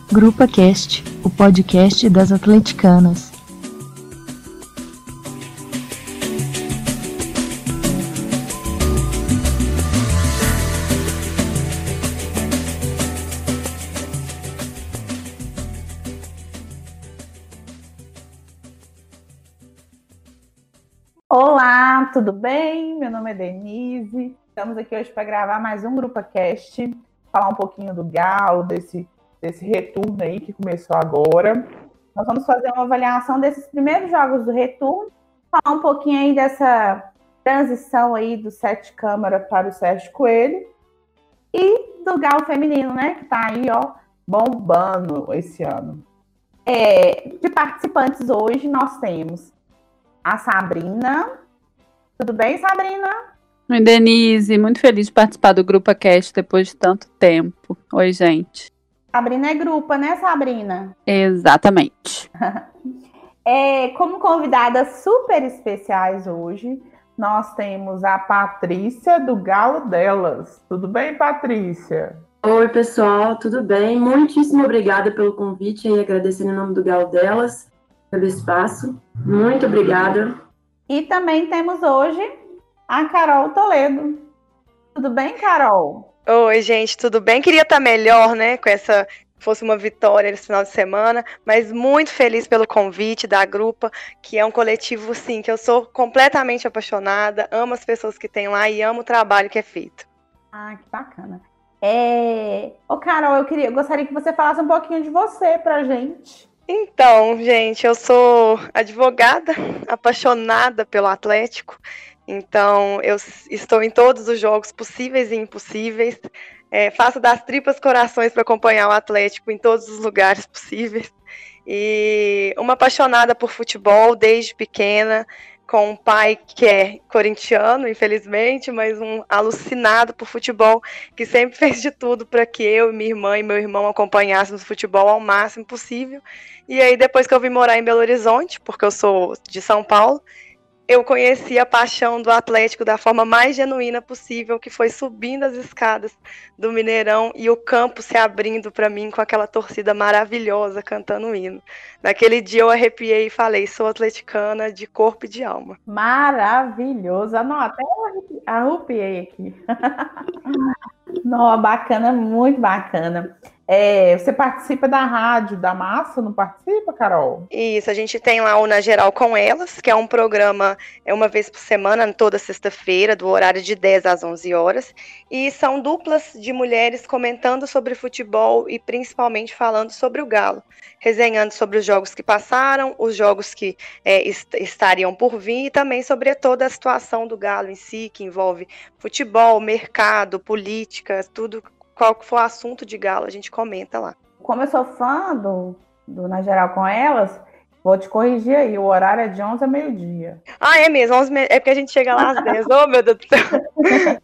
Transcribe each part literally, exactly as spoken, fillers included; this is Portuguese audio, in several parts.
GrupaCast, o podcast das atleticanas. Olá, tudo bem? Meu nome é Denise. Estamos aqui hoje para gravar mais um GrupaCast, falar um pouquinho do Galo, desse, desse retorno aí que começou agora. Nós vamos fazer uma avaliação desses primeiros jogos do retorno, falar um pouquinho aí dessa transição aí do Sete Câmara para o Sérgio Coelho e do Galo feminino, né, que está aí, ó, bombando esse ano. É, de participantes hoje nós temos a Sabrina. Tudo bem, Sabrina? Oi, Denise. Muito feliz de participar do GrupaCast depois de tanto tempo. Oi, gente. Sabrina é grupa, né, Sabrina? Exatamente. É, como convidadas super especiais hoje, nós temos a Patrícia do Galo Delas. Tudo bem, Patrícia? Oi, pessoal. Tudo bem? Muitíssimo obrigada pelo convite e agradecendo em nome do Galo Delas pelo espaço. Muito obrigada. E também temos hoje a Carol Toledo. Tudo bem, Carol? Oi, gente, tudo bem? Queria estar melhor, né, com essa, fosse uma vitória nesse final de semana, mas muito feliz pelo convite da Grupa, que é um coletivo, sim, que eu sou completamente apaixonada, amo as pessoas que tem lá e amo o trabalho que é feito. Ah, que bacana. É... Ô, Carol, eu, queria, eu gostaria que você falasse um pouquinho de você pra gente. Então, gente, eu sou advogada, apaixonada pelo Atlético, então eu estou em todos os jogos possíveis e impossíveis, é, faço das tripas corações para acompanhar o Atlético em todos os lugares possíveis, e uma apaixonada por futebol desde pequena, com um pai que é corintiano, infelizmente, mas um alucinado por futebol, que sempre fez de tudo para que eu, minha irmã e meu irmão acompanhássemos o futebol ao máximo possível. E aí, depois que eu vim morar em Belo Horizonte, porque eu sou de São Paulo, eu conheci a paixão do Atlético da forma mais genuína possível, que foi subindo as escadas do Mineirão e o campo se abrindo para mim com aquela torcida maravilhosa cantando o hino. Naquele dia eu arrepiei e falei, sou atleticana de corpo e de alma. Maravilhoso. Não, até eu arrepiei aqui. Não, bacana, muito bacana. É, você participa da rádio da Massa, não participa, Carol? Isso, a gente tem lá o Na Geral com Elas, que é um programa, é uma vez por semana, toda sexta-feira, do horário de dez às onze horas, e são duplas de mulheres comentando sobre futebol e principalmente falando sobre o Galo, resenhando sobre os jogos que passaram, os jogos que é, est- estariam por vir e também sobre toda a situação do Galo em si, que envolve futebol, mercado, política, tudo. Qual que for o assunto de Galo, a gente comenta lá. Como eu sou fã do, do Na Geral com Elas, vou te corrigir aí, o horário é de onze a meio-dia. Ah, é mesmo, onze, é porque a gente chega lá às dez. Ô, oh, meu Deus do céu.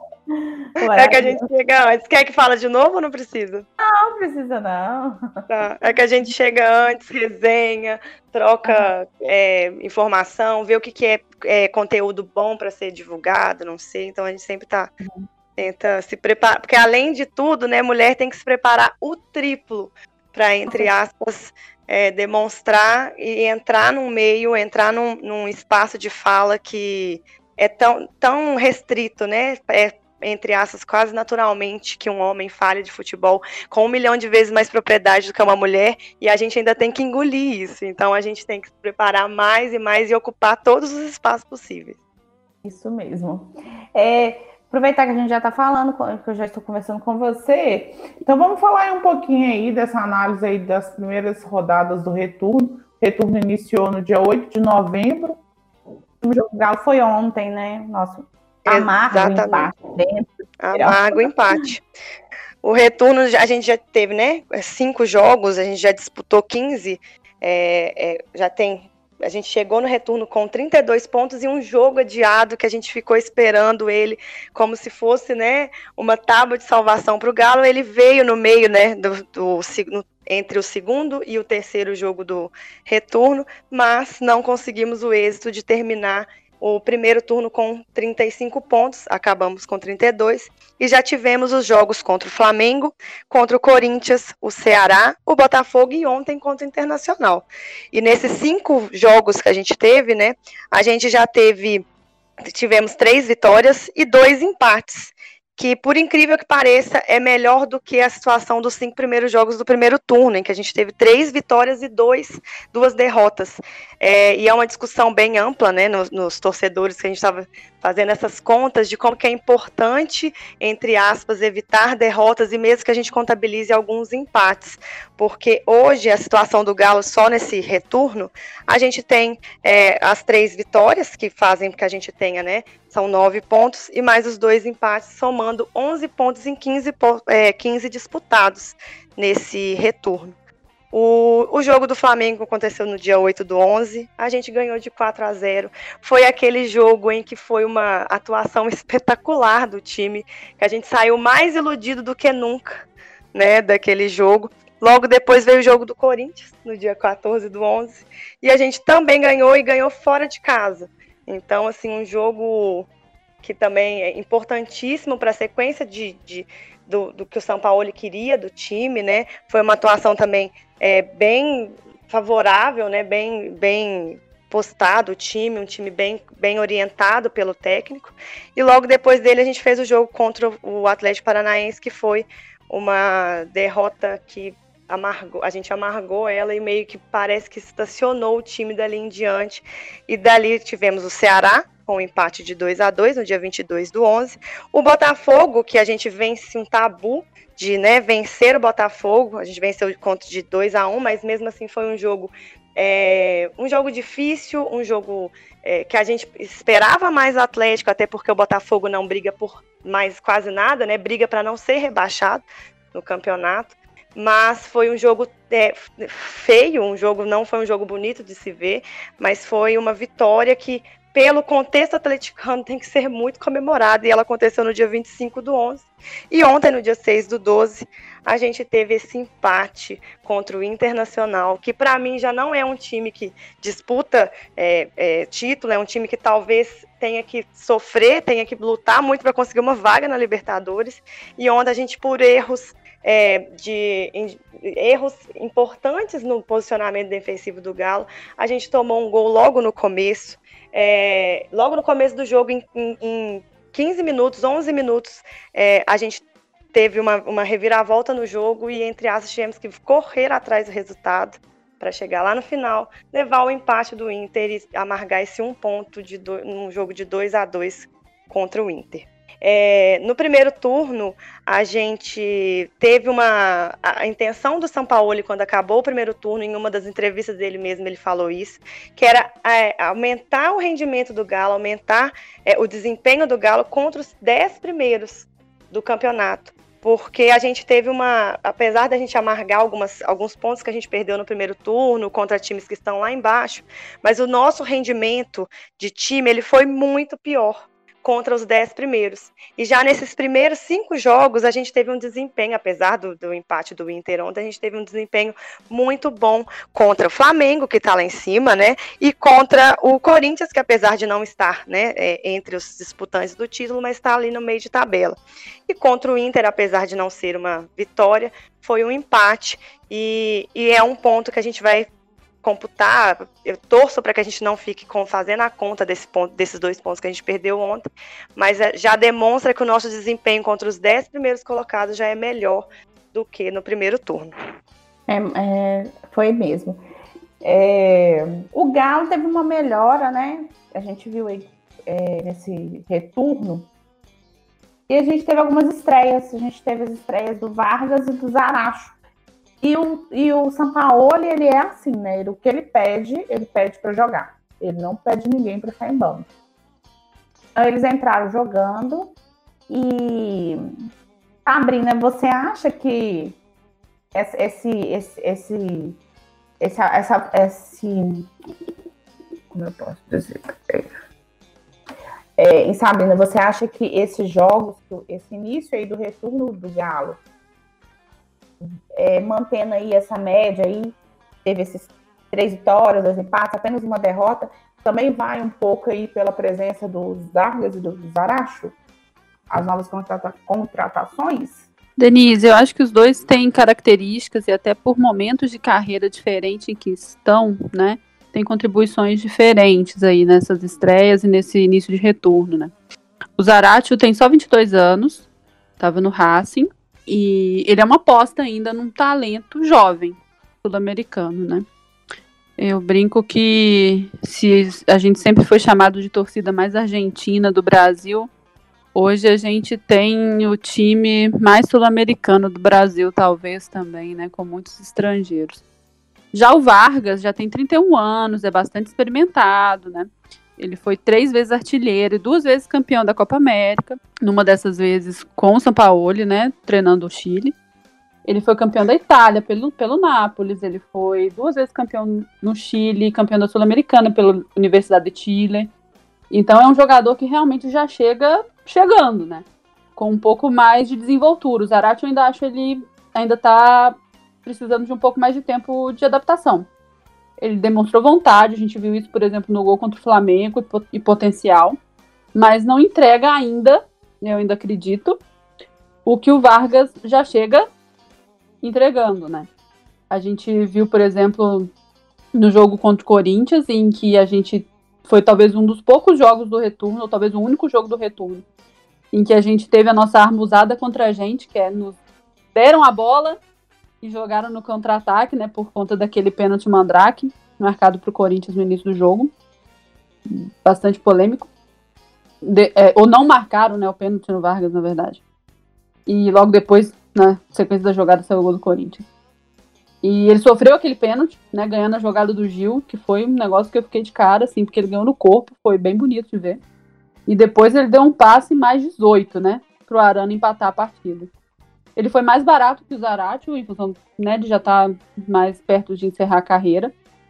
É que a gente chega antes. Quer que fala de novo ou não precisa? Não, não precisa não. Tá. É que a gente chega antes, resenha, troca uhum. é, informação, vê o que, que é, é conteúdo bom para ser divulgado, não sei. Então a gente sempre tá... Uhum. Tenta se preparar, porque além de tudo, né, mulher tem que se preparar o triplo para, entre aspas, é, demonstrar e entrar num meio, entrar num, num espaço de fala que é tão, tão restrito, né, é, entre aspas, quase naturalmente que um homem fale de futebol com um milhão de vezes mais propriedade do que uma mulher, e a gente ainda tem que engolir isso, então a gente tem que se preparar mais e mais e ocupar todos os espaços possíveis. Isso mesmo. É... Aproveitar que a gente já está falando, que eu já estou conversando com você, então vamos falar aí um pouquinho aí dessa análise aí das primeiras rodadas do retorno. O retorno iniciou no dia oito de novembro, o jogo do Galo foi ontem, né? Nossa, amargo empate dentro. Amargo empate. O retorno, a gente já teve, né, cinco jogos, a gente já disputou quinze, é, é, já tem... A gente chegou no retorno com trinta e dois pontos e um jogo adiado que a gente ficou esperando ele como se fosse, né, uma tábua de salvação para o Galo. Ele veio no meio, né, do, do, no, entre o segundo e o terceiro jogo do retorno, mas não conseguimos o êxito de terminar o primeiro turno com trinta e cinco pontos, acabamos com trinta e dois, e já tivemos os jogos contra o Flamengo, contra o Corinthians, o Ceará, o Botafogo e ontem contra o Internacional. E nesses cinco jogos que a gente teve, né, a gente já teve, tivemos três vitórias e dois empates, que, por incrível que pareça, é melhor do que a situação dos cinco primeiros jogos do primeiro turno, em que a gente teve três vitórias e dois, duas derrotas. É, e é uma discussão bem ampla, né, nos, nos torcedores, que a gente estava fazendo essas contas de como que é importante, entre aspas, evitar derrotas e mesmo que a gente contabilize alguns empates. Porque hoje, a situação do Galo, só nesse retorno, a gente tem é, as três vitórias, que fazem que a gente tenha, né, são nove pontos, e mais os dois empates, somando onze pontos em quinze, é, quinze disputados nesse retorno. O, o jogo do Flamengo aconteceu no dia oito do onze, a gente ganhou de quatro a zero. Foi aquele jogo em que foi uma atuação espetacular do time, que a gente saiu mais iludido do que nunca, né, daquele jogo. Logo depois veio o jogo do Corinthians, no dia quatorze do onze, e a gente também ganhou, e ganhou fora de casa. Então, assim, um jogo que também é importantíssimo para a sequência de, de, do, do que o São Paulo queria do time, né? Foi uma atuação também é, bem favorável, né? Bem, bem postado o time, um time bem, bem orientado pelo técnico. E logo depois dele a gente fez o jogo contra o Atlético Paranaense, que foi uma derrota que amargou, a gente amargou ela e meio que parece que estacionou o time dali em diante. E dali tivemos o Ceará, com um empate de dois a dois no dia vinte e dois do onze. O Botafogo, que a gente vence um tabu de, né, vencer o Botafogo, a gente venceu o conto de dois a um, mas mesmo assim foi um jogo, é, um jogo difícil, um jogo é, que a gente esperava mais o Atlético, até porque o Botafogo não briga por mais quase nada, né, briga para não ser rebaixado no campeonato. Mas foi um jogo é, feio, um jogo, não foi um jogo bonito de se ver, mas foi uma vitória que, pelo contexto atleticano, tem que ser muito comemorada, e ela aconteceu no dia vinte e cinco do onze, e ontem, no dia seis do doze, a gente teve esse empate contra o Internacional, que para mim já não é um time que disputa é, é, título, é um time que talvez tenha que sofrer, tenha que lutar muito para conseguir uma vaga na Libertadores, e onde a gente, por erros É, de em, erros importantes no posicionamento defensivo do Galo, a gente tomou um gol logo no começo, é, logo no começo do jogo, em, em, em quinze minutos, onze minutos, é, a gente teve uma, uma reviravolta no jogo e, entre aspas, tivemos que correr atrás do resultado para chegar lá no final, levar o empate do Inter e amargar esse um ponto de do, num jogo de dois a dois contra o Inter. É, no primeiro turno, a gente teve uma... A intenção do Sampaoli, quando acabou o primeiro turno, em uma das entrevistas dele mesmo, ele falou isso, que era é, aumentar o rendimento do Galo, aumentar é, o desempenho do Galo contra os dez primeiros do campeonato. Porque a gente teve uma... Apesar da gente amargar algumas, alguns pontos que a gente perdeu no primeiro turno contra times que estão lá embaixo, mas o nosso rendimento de time, ele foi muito pior contra os dez primeiros. E já nesses primeiros cinco jogos, a gente teve um desempenho, apesar do, do empate do Inter ontem, a gente teve um desempenho muito bom contra o Flamengo, que está lá em cima, né? E contra o Corinthians, que apesar de não estar, né, é, entre os disputantes do título, mas está ali no meio de tabela. E contra o Inter, apesar de não ser uma vitória, foi um empate. E, e é um ponto que a gente vai computar. Eu torço para que a gente não fique com, fazendo a conta desse ponto, desses dois pontos que a gente perdeu ontem, mas já demonstra que o nosso desempenho contra os dez primeiros colocados já é melhor do que no primeiro turno. É, é, foi mesmo. É, o Galo teve uma melhora, né? A gente viu aí é, nesse retorno. E a gente teve algumas estreias. A gente teve as estreias do Vargas e do Zaracho. E o, e o Sampaoli, ele é assim, né? Ele, o que ele pede, ele pede para jogar. Ele não pede ninguém para ficar em banco. Então, eles entraram jogando. E, Sabrina, você acha que esse, esse, esse, esse, esse, essa, esse como eu posso dizer? É, e Sabrina, você acha que esses jogos, esse início aí do retorno do Galo, É, mantendo aí essa média aí, teve esses três vitórias, dois empates, apenas uma derrota, também vai um pouco aí pela presença dos Vargas e do Zaracho, as novas contrata- contratações? Denise, eu acho que os dois têm características e até por momentos de carreira diferentes em que estão, né? Tem contribuições diferentes aí nessas estreias e nesse início de retorno, né? O Zaratio tem só vinte e dois anos, estava no Racing, e ele é uma aposta ainda num talento jovem sul-americano, né? Eu brinco que se a gente sempre foi chamado de torcida mais argentina do Brasil, hoje a gente tem o time mais sul-americano do Brasil, talvez também, né? Com muitos estrangeiros. Já o Vargas já tem trinta e um anos, é bastante experimentado, né? Ele foi três vezes artilheiro e duas vezes campeão da Copa América, numa dessas vezes com o Sampaoli, né? Treinando o Chile. Ele foi campeão da Itália pelo, pelo Nápoles, ele foi duas vezes campeão no Chile, campeão da Sul-Americana pela Universidade de Chile. Então é um jogador que realmente já chega chegando, né? Com um pouco mais de desenvoltura. O Zaratio eu ainda acho ele ainda tá precisando de um pouco mais de tempo de adaptação. Ele demonstrou vontade, a gente viu isso, por exemplo, no gol contra o Flamengo e potencial, mas não entrega ainda, eu ainda acredito, o que o Vargas já chega entregando, né? A gente viu, por exemplo, no jogo contra o Corinthians, em que a gente foi talvez um dos poucos jogos do retorno, ou talvez o único jogo do retorno, em que a gente teve a nossa arma usada contra a gente, que é nos deram a bola e jogaram no contra-ataque, né, por conta daquele pênalti Mandrake, marcado para o Corinthians no início do jogo. Bastante polêmico. De, é, ou não marcaram, né, o pênalti no Vargas, na verdade. E logo depois, na sequência da jogada, saiu o gol do Corinthians. E ele sofreu aquele pênalti, né, ganhando a jogada do Gil, que foi um negócio que eu fiquei de cara, assim, porque ele ganhou no corpo, foi bem bonito de ver. E depois ele deu um passe mais dezoito, né, pro Arana empatar a partida. Ele foi mais barato que o Zaratio, em função, né, de já estar mais perto de encerrar a carreira.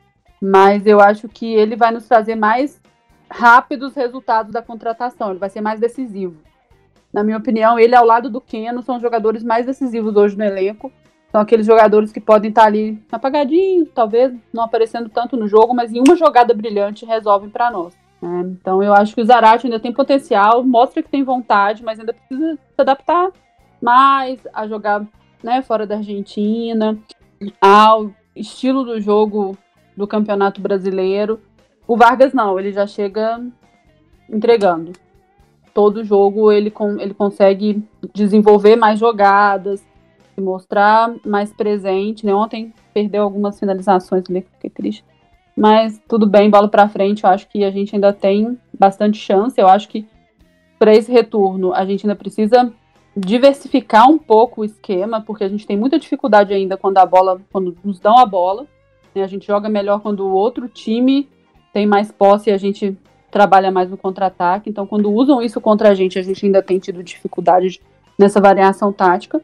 Mas eu acho que ele vai nos trazer mais rápidos resultados da contratação. Ele vai ser mais decisivo. Na minha opinião, ele ao lado do Keno são os jogadores mais decisivos hoje no elenco. São aqueles jogadores que podem estar ali apagadinhos, talvez não aparecendo tanto no jogo, mas em uma jogada brilhante resolvem para nós. Né? Então eu acho que o Zaratio ainda tem potencial, mostra que tem vontade, mas ainda precisa se adaptar mais a jogar, né, fora da Argentina, ao estilo do jogo do Campeonato Brasileiro. O Vargas não, ele já chega entregando. Todo jogo ele, com, ele consegue desenvolver mais jogadas, se mostrar mais presente. Né? Ontem perdeu algumas finalizações ali, fiquei triste. Mas tudo bem, bola pra frente, eu acho que a gente ainda tem bastante chance. Eu acho que para esse retorno a gente ainda precisa diversificar um pouco o esquema, porque a gente tem muita dificuldade ainda quando a bola, quando nos dão a bola, né? A gente joga melhor quando o outro time tem mais posse e a gente trabalha mais no contra-ataque. Então, quando usam isso contra a gente, a gente ainda tem tido dificuldade nessa variação tática.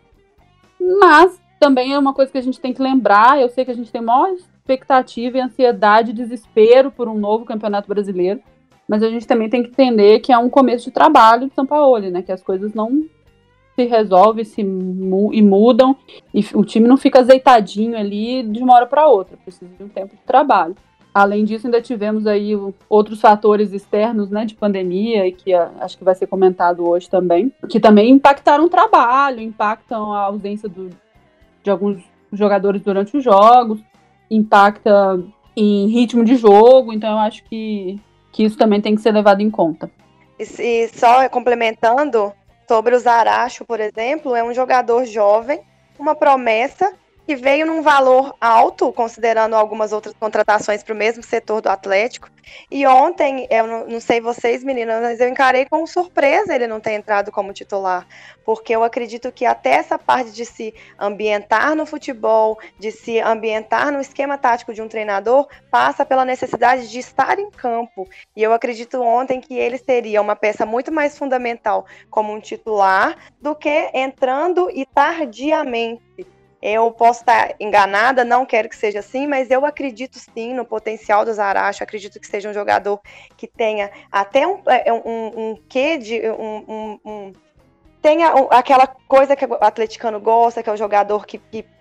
Mas também é uma coisa que a gente tem que lembrar. Eu sei que a gente tem maior expectativa e ansiedade, desespero por um novo Campeonato Brasileiro, mas a gente também tem que entender que é um começo de trabalho de Sampaoli, né? Que as coisas não se resolvem se mu- e mudam, e o time não fica azeitadinho ali de uma hora para outra, precisa de um tempo de trabalho. Além disso, ainda tivemos aí outros fatores externos, né, de pandemia, e que a, acho que vai ser comentado hoje também, que também impactaram o trabalho, impactam a ausência do, de alguns jogadores durante os jogos, impacta em ritmo de jogo, então eu acho que, que isso também tem que ser levado em conta. E, e só complementando, sobre o Zaratio, por exemplo, é um jogador jovem, uma promessa, que veio num valor alto, considerando algumas outras contratações para o mesmo setor do Atlético. E ontem, eu não, não sei vocês, meninas, mas eu encarei com surpresa ele não ter entrado como titular, porque eu acredito que até essa parte de se ambientar no futebol, de se ambientar no esquema tático de um treinador, passa pela necessidade de estar em campo. E eu acredito ontem que ele seria uma peça muito mais fundamental como um titular do que entrando e tardiamente. Eu posso estar enganada, não quero que seja assim, mas eu acredito sim no potencial do Zaratio, acredito que seja um jogador que tenha até um, um, um quê de... Um, um, um, tenha um, aquela coisa que o atleticano gosta, que é o jogador que, que, que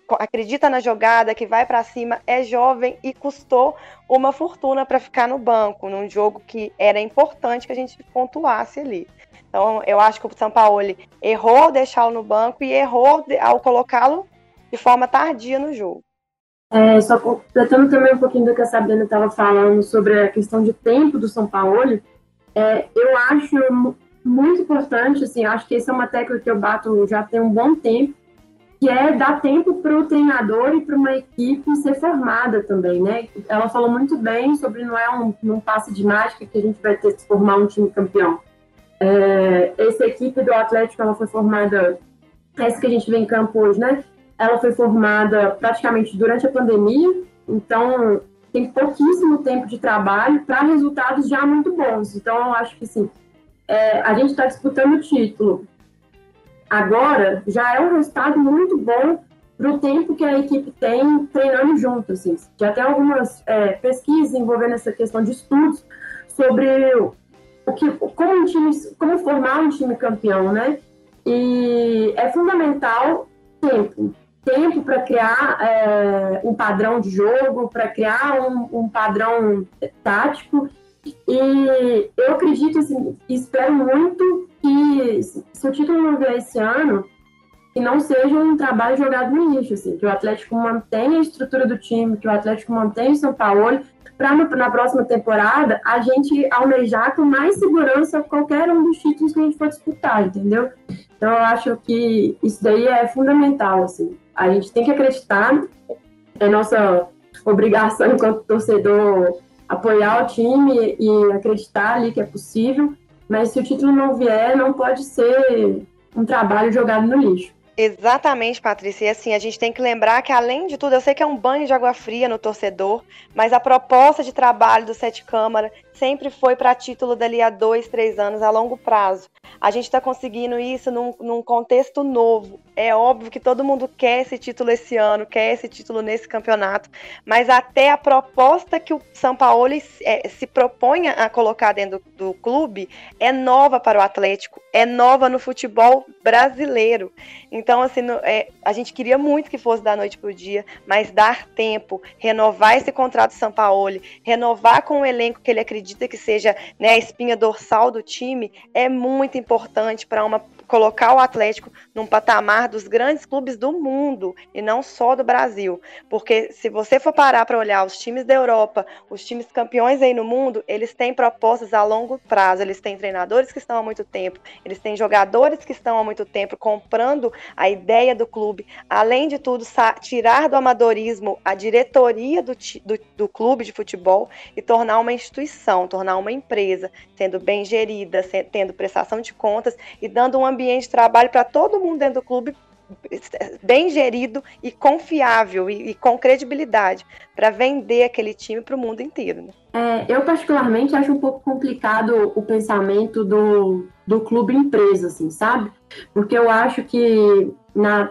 acredita na jogada, que vai para cima, é jovem e custou uma fortuna para ficar no banco, num jogo que era importante que a gente pontuasse ali. Então, eu acho que o Sampaoli errou ao deixá-lo no banco e errou ao colocá-lo de forma tardia no jogo. É, só completando também um pouquinho do que a Sabrina estava falando sobre a questão de tempo do Sampaoli, é, eu acho muito importante, assim, acho que essa é uma tecla que eu bato já tem um bom tempo, que é dar tempo para o treinador e para uma equipe ser formada também, né? Ela falou muito bem sobre não é um, um passe de mágica que a gente vai ter que formar um time campeão. É, essa equipe do Atlético, ela foi formada, essa que a gente vê em campo hoje, né? Ela foi formada praticamente durante a pandemia, então tem pouquíssimo tempo de trabalho para resultados já muito bons. Então, eu acho que, assim, é, a gente está disputando o título. Agora, já é um resultado muito bom para o tempo que a equipe tem treinando junto. Assim. Já tem algumas é, pesquisas envolvendo essa questão de estudos sobre o que, como, um time, como formar um time campeão, né? E é fundamental tempo. Tempo para criar é, um padrão de jogo, para criar um, um padrão tático. E eu acredito, assim, espero muito que, se o título não vier esse ano, que não seja um trabalho jogado no lixo, assim, que o Atlético mantenha a estrutura do time, que o Atlético mantenha o Sampaoli, para na próxima temporada a gente almejar com mais segurança qualquer um dos títulos que a gente for disputar, entendeu? Então eu acho que isso daí é fundamental, assim. A gente tem que acreditar, é nossa obrigação enquanto torcedor apoiar o time e acreditar ali que é possível, mas se o título não vier, não pode ser um trabalho jogado no lixo. Exatamente, Patrícia. E assim, a gente tem que lembrar que, além de tudo, eu sei que é um banho de água fria no torcedor, mas a proposta de trabalho do Sete Câmara sempre foi para título dali a dois, três anos, a longo prazo. A gente está conseguindo isso num, num contexto novo. É óbvio que todo mundo quer esse título esse ano, quer esse título nesse campeonato, mas até a proposta que o Sampaoli é, se propõe a colocar dentro do, do clube é nova para o Atlético, é nova no futebol brasileiro. Então, assim, no, é, a gente queria muito que fosse da noite para o dia, mas dar tempo, renovar esse contrato do Sampaoli, renovar com o elenco que ele acredita que seja, né, a espinha dorsal do time, é muito importante para uma colocar o Atlético num patamar dos grandes clubes do mundo e não só do Brasil, porque se você for parar para olhar os times da Europa, os times campeões aí no mundo, eles têm propostas a longo prazo, eles têm treinadores que estão há muito tempo, eles têm jogadores que estão há muito tempo comprando a ideia do clube, além de tudo, tirar do amadorismo a diretoria do, do, do clube de futebol e tornar uma instituição, tornar uma empresa, sendo bem gerida, tendo prestação de contas e dando um ambiente de trabalho para todo mundo dentro do clube bem gerido e confiável e, e com credibilidade para vender aquele time para o mundo inteiro. Né? É, eu particularmente acho um pouco complicado o pensamento do, do clube empresa, assim, sabe? Porque eu acho que na,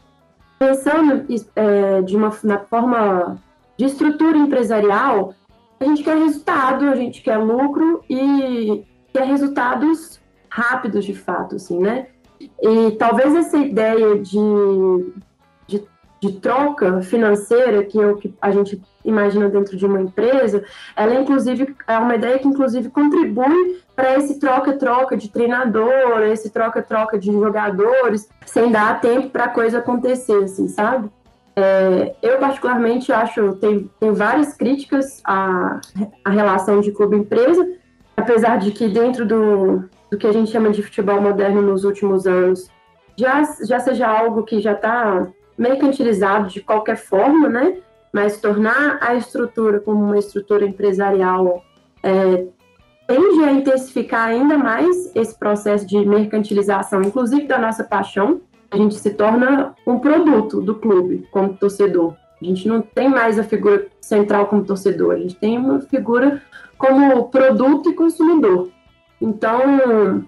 pensando é, de uma na forma de estrutura empresarial, a gente quer resultado, a gente quer lucro e quer resultados rápidos, de fato, assim, né? E talvez essa ideia de, de, de troca financeira que, eu, que a gente imagina dentro de uma empresa, ela inclusive é uma ideia que inclusive contribui para esse troca-troca de treinador, esse troca-troca de jogadores, sem dar tempo para a coisa acontecer, assim, sabe? É, eu particularmente acho, tem, tem várias críticas à, à relação de clube-empresa, apesar de que dentro do do que a gente chama de futebol moderno nos últimos anos, já, já seja algo que já está mercantilizado de qualquer forma, né? Mas tornar a estrutura como uma estrutura empresarial é, tende a intensificar ainda mais esse processo de mercantilização, inclusive da nossa paixão. A gente se torna um produto do clube como torcedor. A gente não tem mais a figura central como torcedor, a gente tem uma figura como produto e consumidor. Então,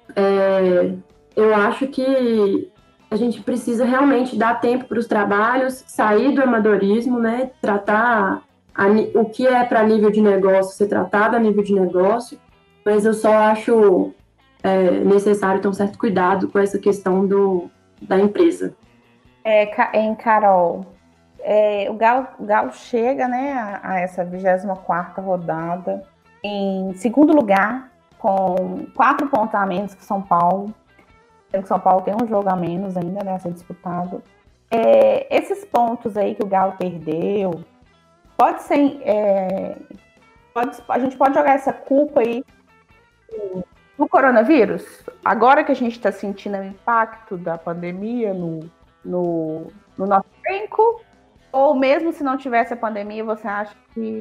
é, eu acho que a gente precisa realmente dar tempo para os trabalhos, sair do amadorismo, né? Tratar a, o que é para nível de negócio, ser tratado a nível de negócio, mas eu só acho é, necessário ter um certo cuidado com essa questão do, da empresa. É, em Carol, é, o, Galo, o Galo chega, né, a, a essa vigésima quarta rodada em segundo lugar, com quatro pontos a menos que São Paulo. Sendo que São Paulo tem um jogo a menos ainda, né, a ser disputado. É, esses pontos aí que o Galo perdeu, pode ser... É, pode, a gente pode jogar essa culpa aí no coronavírus? Agora que a gente está sentindo o impacto da pandemia no, no, no nosso elenco, ou mesmo se não tivesse a pandemia, você acha que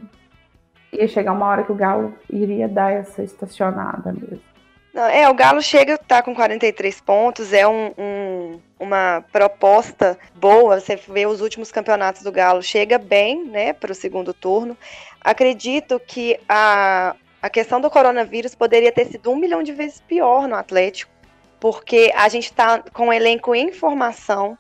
ia chegar uma hora que o Galo iria dar essa estacionada mesmo? Não, é, o Galo chega, tá com quarenta e três pontos, é um, um, uma proposta boa, você vê os últimos campeonatos do Galo, chega bem, né, para o segundo turno. Acredito que a, a questão do coronavírus poderia ter sido um milhão de vezes pior no Atlético, porque a gente tá com um elenco em formação,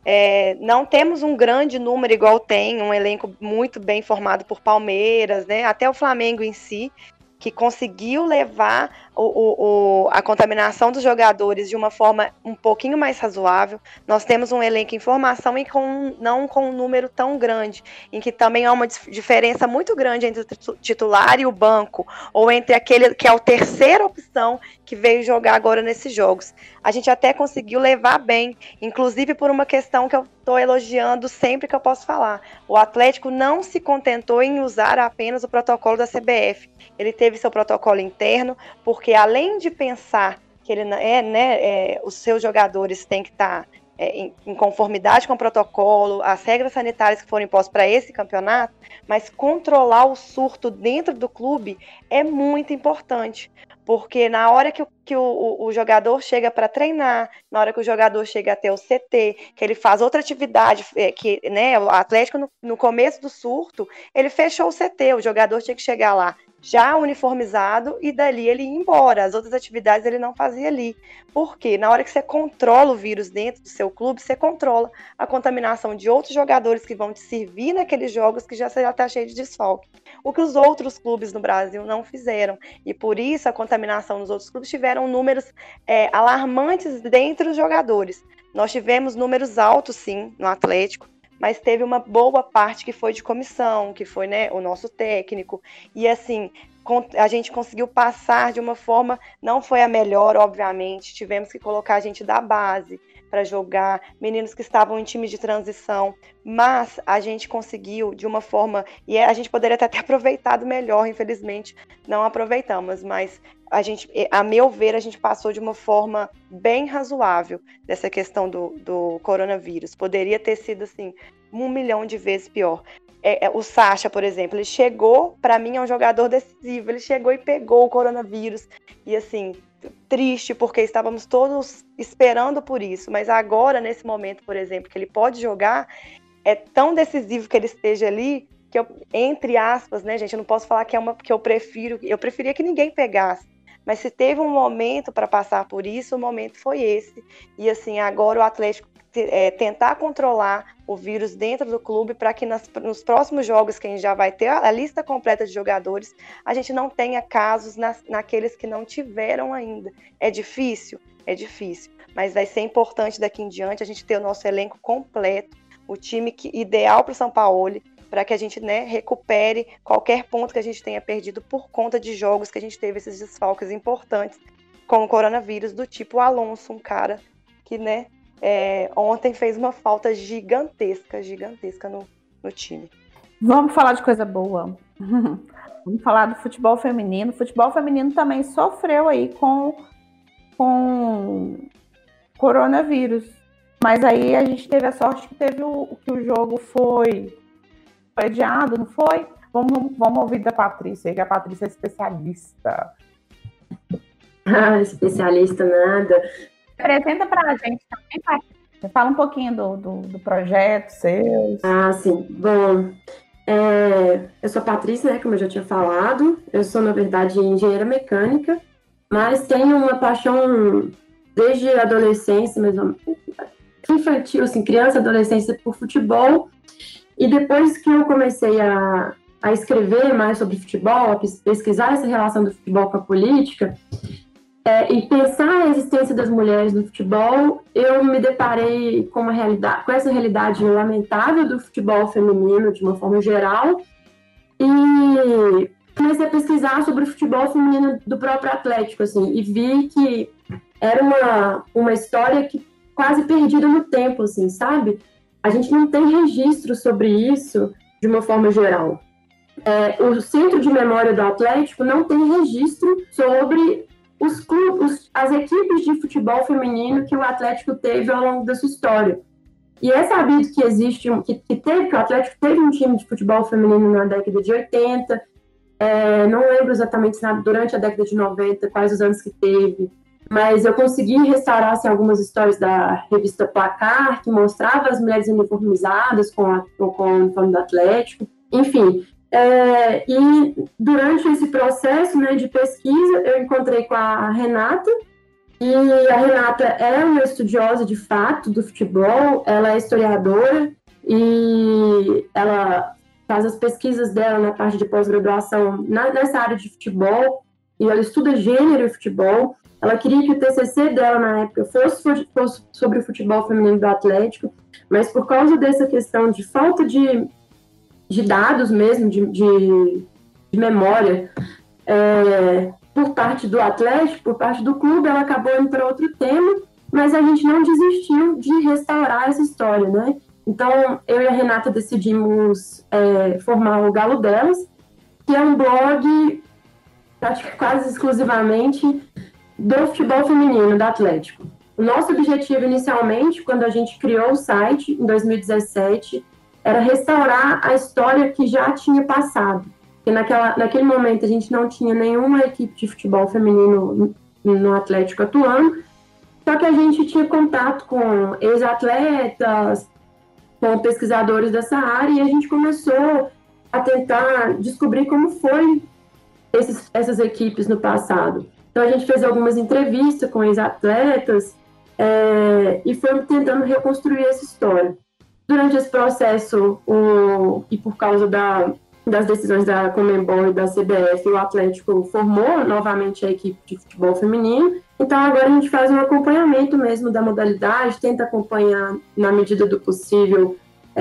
é, não temos um grande número igual tem, um elenco muito bem formado por Palmeiras, né, até o Flamengo em si, que conseguiu levar o, o, o, a contaminação dos jogadores de uma forma um pouquinho mais razoável. Nós temos um elenco em formação e com, não com um número tão grande, em que também há uma diferença muito grande entre o titular e o banco, ou entre aquele que é a terceira opção que veio jogar agora nesses jogos. A gente até conseguiu levar bem, inclusive por uma questão que eu estou elogiando sempre que eu posso falar. O Atlético não se contentou em usar apenas o protocolo da C B F. Ele teve seu protocolo interno, porque além de pensar que ele é, né, é, os seus jogadores têm que estar é, em, em conformidade com o protocolo, as regras sanitárias que foram impostas para esse campeonato, mas controlar o surto dentro do clube é muito importante. Porque na hora que o, que o, o jogador chega para treinar, na hora que o jogador chega até o C T, que ele faz outra atividade, é, que, né, o Atlético no, no começo do surto, ele fechou o C T, o jogador tinha que chegar lá já uniformizado e dali ele ia embora. As outras atividades ele não fazia ali. Por quê? Na hora que você controla o vírus dentro do seu clube, você controla a contaminação de outros jogadores que vão te servir naqueles jogos que já está cheio de desfalque. O que os outros clubes no Brasil não fizeram. E por isso a contaminação nos outros clubes tiveram números é, alarmantes dentre os jogadores. Nós tivemos números altos, sim, no Atlético, mas teve uma boa parte que foi de comissão, que foi, né, o nosso técnico, e assim, a gente conseguiu passar de uma forma, não foi a melhor, obviamente, tivemos que colocar a gente da base para jogar, meninos que estavam em time de transição, mas a gente conseguiu de uma forma, e a gente poderia até ter aproveitado melhor, infelizmente não aproveitamos, mas a gente, a meu ver, a gente passou de uma forma bem razoável dessa questão do, do coronavírus. Poderia ter sido, assim, um milhão de vezes pior. É, é, o Sacha, por exemplo, ele chegou, para mim é um jogador decisivo, ele chegou e pegou o coronavírus, e assim, triste, porque estávamos todos esperando por isso, mas agora, nesse momento, por exemplo, que ele pode jogar, é tão decisivo que ele esteja ali, que eu, entre aspas, né, gente, eu não posso falar que é uma que eu prefiro, eu preferia que ninguém pegasse, mas se teve um momento para passar por isso, o momento foi esse. E assim, agora o Atlético é, tentar controlar o vírus dentro do clube para que nas, nos próximos jogos, que a gente já vai ter a, a lista completa de jogadores, a gente não tenha casos nas, naqueles que não tiveram ainda. É difícil? É difícil. Mas vai ser importante daqui em diante a gente ter o nosso elenco completo, o time que, ideal para o São Paulo, para que a gente, né, recupere qualquer ponto que a gente tenha perdido por conta de jogos que a gente teve esses desfalques importantes com o coronavírus, do tipo o Alonso, um cara que, né, é, ontem fez uma falta gigantesca, gigantesca no, no time. Vamos falar de coisa boa. Vamos falar do futebol feminino. O futebol feminino também sofreu aí com, com coronavírus. Mas aí a gente teve a sorte que teve o, que o jogo foi... Foi adiado, não foi? Vamos, vamos ouvir da Patrícia, que a Patrícia é especialista. Ah, especialista nada. Apresenta para a gente também, Patrícia. Fala um pouquinho do, do, do projeto seu. Ah, sim. Bom, é, eu sou a Patrícia, né, como eu já tinha falado. Eu sou, na verdade, engenheira mecânica, mas tenho uma paixão desde a adolescência, mesmo infantil, assim, criança, adolescência, por futebol. E depois que eu comecei a, a escrever mais sobre futebol, a pesquisar essa relação do futebol com a política, É, e pensar a existência das mulheres no futebol, eu me deparei com, uma realidade, com essa realidade lamentável do futebol feminino, de uma forma geral, e comecei a pesquisar sobre o futebol feminino do próprio Atlético, assim, e vi que era uma, uma história que quase perdida no tempo, assim, sabe? A gente não tem registro sobre isso de uma forma geral. É, o Centro de Memória do Atlético não tem registro sobre os clubes, as equipes de futebol feminino que o Atlético teve ao longo da sua história. E é sabido que existe, que, que, teve, que o Atlético teve um time de futebol feminino na década de oitenta, é, não lembro exatamente se durante a década de noventa, quais os anos que teve, mas eu consegui restaurar assim, algumas histórias da revista Placar, que mostrava as mulheres uniformizadas com, a, com o uniforme do Atlético, enfim. É, e durante esse processo, né, de pesquisa, eu encontrei com a Renata, e a Renata é uma estudiosa de fato do futebol, ela é historiadora e ela faz as pesquisas dela na parte de pós-graduação nessa área de futebol, e ela estuda gênero e futebol. Ela queria que o T C C dela na época fosse, fosse sobre o futebol feminino do Atlético, mas por causa dessa questão de falta de, de dados mesmo, de, de, de memória, é, por parte do Atlético, por parte do clube, ela acabou indo para outro tema, mas a gente não desistiu de restaurar essa história, né? Então, eu e a Renata decidimos é, formar o Galo Delas, que é um blog quase exclusivamente do futebol feminino, do Atlético. O nosso objetivo inicialmente, quando a gente criou o site, em dois mil e dezessete, era restaurar a história que já tinha passado. Porque naquela, naquele momento a gente não tinha nenhuma equipe de futebol feminino no, no Atlético atuando, só que a gente tinha contato com ex-atletas, com pesquisadores dessa área, e a gente começou a tentar descobrir como foi esses, essas equipes no passado. Então, a gente fez algumas entrevistas com ex-atletas é, e foi tentando reconstruir essa história. Durante esse processo, o, e por causa da, das decisões da Conmebol e da C B F, o Atlético formou novamente a equipe de futebol feminino. Então, agora a gente faz um acompanhamento mesmo da modalidade, tenta acompanhar, na medida do possível,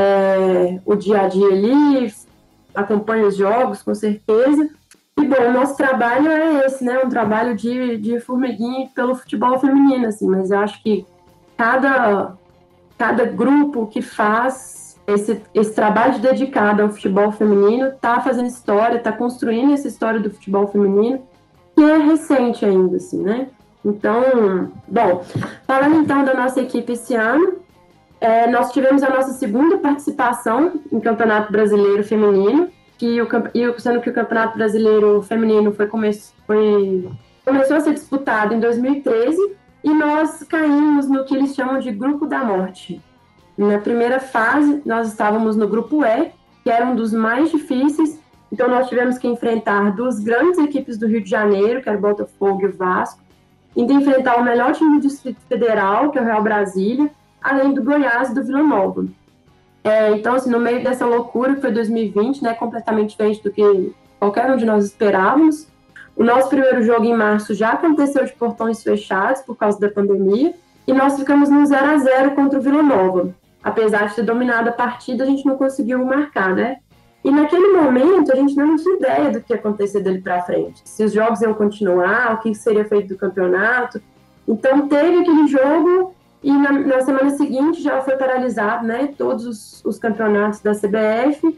é, o dia a dia ali, acompanha os jogos, com certeza. E, bom, o nosso trabalho é esse, né? Um trabalho de, de formiguinha pelo futebol feminino, assim. Mas eu acho que cada, cada grupo que faz esse, esse trabalho dedicado ao futebol feminino está fazendo história, está construindo essa história do futebol feminino, que é recente ainda, assim, né? Então, bom, falando então da nossa equipe esse ano, é, nós tivemos a nossa segunda participação em Campeonato Brasileiro Feminino, que o, sendo que o Campeonato Brasileiro Feminino foi, come, foi, começou a ser disputado em dois mil e treze, e nós caímos no que eles chamam de Grupo da Morte. Na primeira fase, nós estávamos no Grupo E, que era um dos mais difíceis, então nós tivemos que enfrentar duas grandes equipes do Rio de Janeiro, que era o Botafogo e o Vasco, e de enfrentar o melhor time do Distrito Federal, que é o Real Brasília, além do Goiás e do Vila Nova. É, então, assim, no meio dessa loucura que foi dois mil e vinte, né, completamente diferente do que qualquer um de nós esperávamos, o nosso primeiro jogo em março já aconteceu de portões fechados por causa da pandemia, e nós ficamos no zero a zero contra o Vila Nova. Apesar de ter dominado a partida, a gente não conseguiu marcar, né? E naquele momento, a gente não tinha ideia do que ia acontecer dali para frente. Se os jogos iam continuar, o que seria feito do campeonato. Então, teve aquele jogo... E na, na semana seguinte já foi paralisado, né, todos os, os campeonatos da C B F.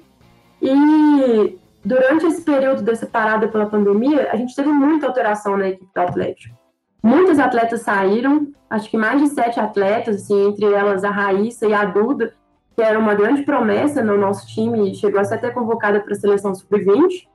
E durante esse período dessa parada pela pandemia, a gente teve muita alteração na equipe do Atlético. Muitas atletas saíram, acho que mais de sete atletas, assim, entre elas a Raíssa e a Duda, que era uma grande promessa no nosso time, chegou a ser até convocada para a seleção sub vinte.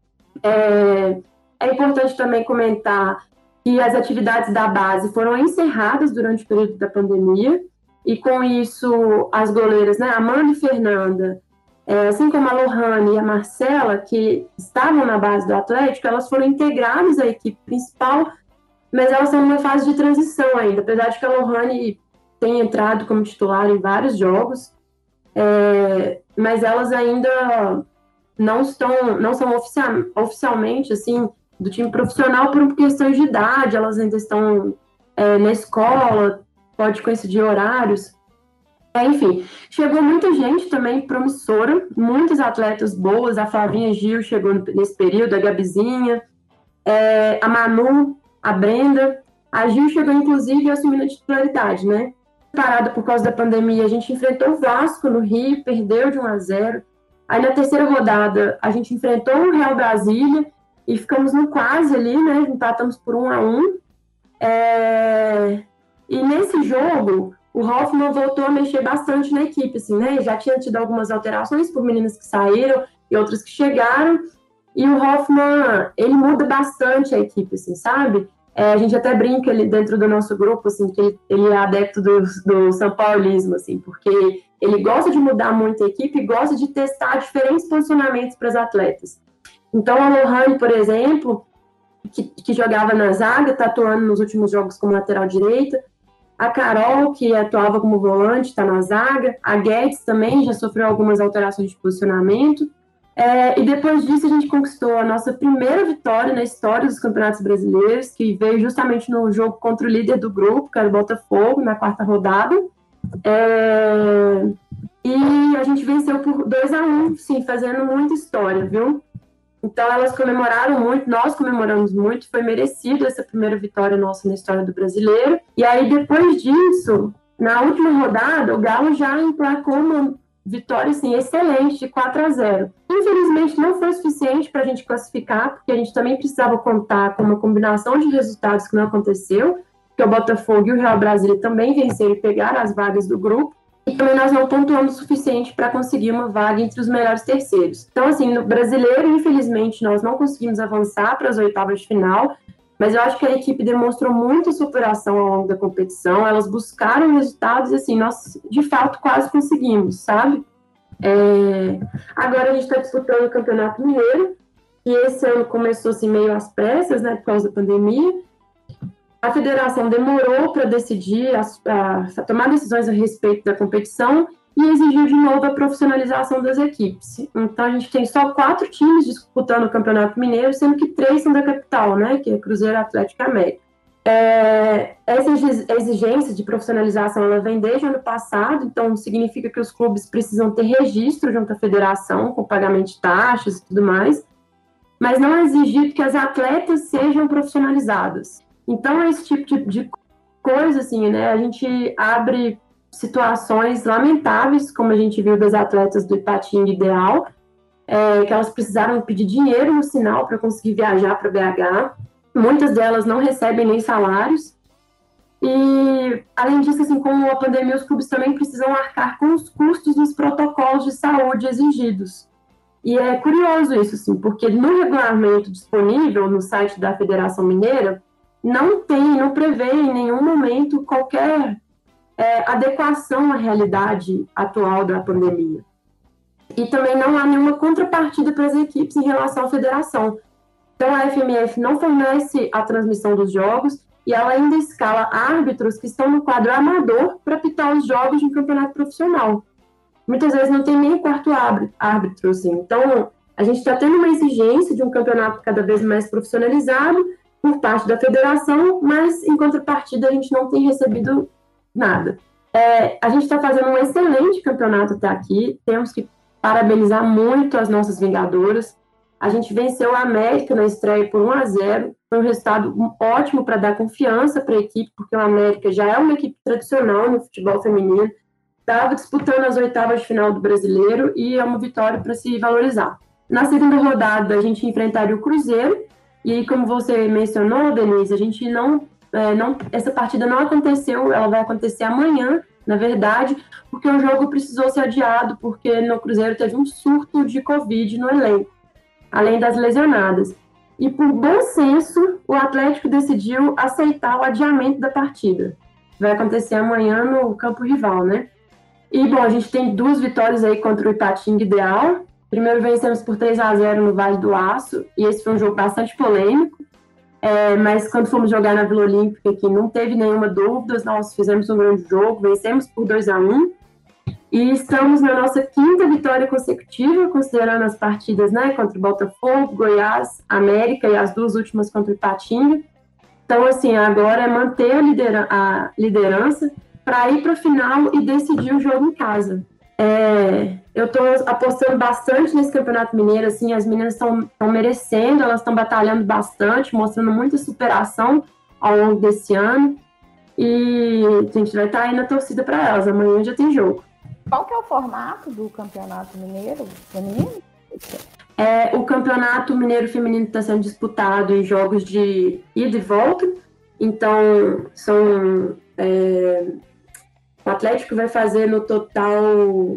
É, é importante também comentar que as atividades da base foram encerradas durante o período da pandemia, e com isso as goleiras, né, Amanda e Fernanda, é, assim como a Lohane e a Marcela, que estavam na base do Atlético, elas foram integradas à equipe principal, mas elas estão numa fase de transição ainda, apesar de que a Lohane tenha entrado como titular em vários jogos, é, mas elas ainda não, estão, não são oficial, oficialmente, assim, do time profissional por questões de idade, elas ainda estão é, na escola, pode coincidir horários. É, enfim, chegou muita gente também promissora, muitas atletas boas, a Flavinha Gil chegou nesse período, a Gabizinha, é, a Manu, a Brenda, a Gil chegou inclusive assumindo a titularidade, né? Parada por causa da pandemia, a gente enfrentou o Vasco no Rio, perdeu de um a zero. Aí na terceira rodada a gente enfrentou o Real Brasília e ficamos no quase ali, né? Empatamos por um a um. É... E nesse jogo o Hoffman voltou a mexer bastante na equipe, assim, né? Já tinha tido algumas alterações por meninas que saíram e outras que chegaram. E o Hoffman, ele muda bastante a equipe, assim, sabe? É, a gente até brinca ali dentro do nosso grupo, assim, que ele, ele é adepto do, do São Paulismo, assim, porque ele gosta de mudar muito a equipe e gosta de testar diferentes posicionamentos para as atletas. Então, a Lohane, por exemplo, que, que jogava na zaga, está atuando nos últimos jogos como lateral direita. A Carol, que atuava como volante, está na zaga. A Guedes também já sofreu algumas alterações de posicionamento. É, e depois disso, a gente conquistou a nossa primeira vitória na história dos campeonatos brasileiros, que veio justamente no jogo contra o líder do grupo, que era o Botafogo, na quarta rodada. É, e a gente venceu por dois a um, sim, fazendo muita história, viu? Então, elas comemoraram muito, nós comemoramos muito, foi merecido essa primeira vitória nossa na história do brasileiro. E aí, depois disso, na última rodada, o Galo já emplacou uma vitória, assim, excelente, de quatro a zero. Infelizmente, não foi suficiente para a gente classificar, porque a gente também precisava contar com uma combinação de resultados que não aconteceu, porque o Botafogo e o Real Brasília também venceram e pegaram as vagas do grupo. E também nós não pontuamos o suficiente para conseguir uma vaga entre os melhores terceiros. Então, assim, no brasileiro, infelizmente, nós não conseguimos avançar para as oitavas de final, mas eu acho que a equipe demonstrou muita superação ao longo da competição, elas buscaram resultados e, assim, nós, de fato, quase conseguimos, sabe? É... Agora a gente está disputando o Campeonato Mineiro, que esse ano começou, assim, meio às pressas, né, por causa da pandemia. A federação demorou para decidir, a, a, a tomar decisões a respeito da competição e exigiu de novo a profissionalização das equipes. Então, a gente tem só quatro times disputando o Campeonato Mineiro, sendo que três são da capital, né, que é Cruzeiro, Atlético e América. É, essa exigência de profissionalização ela vem desde o ano passado, então significa que os clubes precisam ter registro junto à federação, com pagamento de taxas e tudo mais, mas não é exigido que as atletas sejam profissionalizadas. Então, esse tipo de, de coisa, assim, né, a gente abre situações lamentáveis, como a gente viu das atletas do Ipatinga Ideal, é, que elas precisaram pedir dinheiro no sinal para conseguir viajar para B H. Muitas delas não recebem nem salários. E, além disso, assim, com a pandemia, os clubes também precisam arcar com os custos dos protocolos de saúde exigidos. E é curioso isso, assim, porque no regulamento disponível no site da Federação Mineira, não tem, não prevê em nenhum momento qualquer é, adequação à realidade atual da pandemia. E também não há nenhuma contrapartida para as equipes em relação à federação. Então, a F M F não fornece a transmissão dos jogos e ela ainda escala árbitros que estão no quadro amador para apitar os jogos de um campeonato profissional. Muitas vezes não tem nem quarto árbitro, assim. Então, a gente está tendo uma exigência de um campeonato cada vez mais profissionalizado por parte da federação, mas, em contrapartida, a gente não tem recebido nada. É, a gente está fazendo um excelente campeonato até aqui, temos que parabenizar muito as nossas Vingadoras. A gente venceu a América na estreia por um a zero, foi um resultado ótimo para dar confiança para a equipe, porque o América já é uma equipe tradicional no futebol feminino, estava disputando as oitavas de final do Brasileiro e é uma vitória para se valorizar. Na segunda rodada, a gente enfrentaria o Cruzeiro, e aí, como você mencionou, Denise, a gente não, é, não, essa partida não aconteceu, ela vai acontecer amanhã, na verdade, porque o jogo precisou ser adiado, porque no Cruzeiro teve um surto de Covid no elenco, além das lesionadas. E por bom senso, o Atlético decidiu aceitar o adiamento da partida. Vai acontecer amanhã no campo rival, né? E, bom, a gente tem duas vitórias aí contra o Ipatinga Ideal. Primeiro vencemos por três a zero no Vale do Aço, e esse foi um jogo bastante polêmico, é, mas quando fomos jogar na Vila Olímpica aqui, não teve nenhuma dúvida, nós fizemos um grande jogo, vencemos por dois a um. E estamos na nossa quinta vitória consecutiva, considerando as partidas, né, contra o Botafogo, Goiás, América e as duas últimas contra o Ipatinga. Então, assim, agora é manter a, lidera- a liderança para ir para a final e decidir o jogo em casa. É, eu estou apostando bastante nesse Campeonato Mineiro, assim, as meninas estão merecendo, elas estão batalhando bastante, mostrando muita superação ao longo desse ano. E a gente vai estar aí na torcida para elas. Amanhã já tem jogo. Qual que é o formato do Campeonato Mineiro feminino? É, o Campeonato Mineiro Feminino está sendo disputado em jogos de ida e volta. Então, são, é, o Atlético vai fazer no total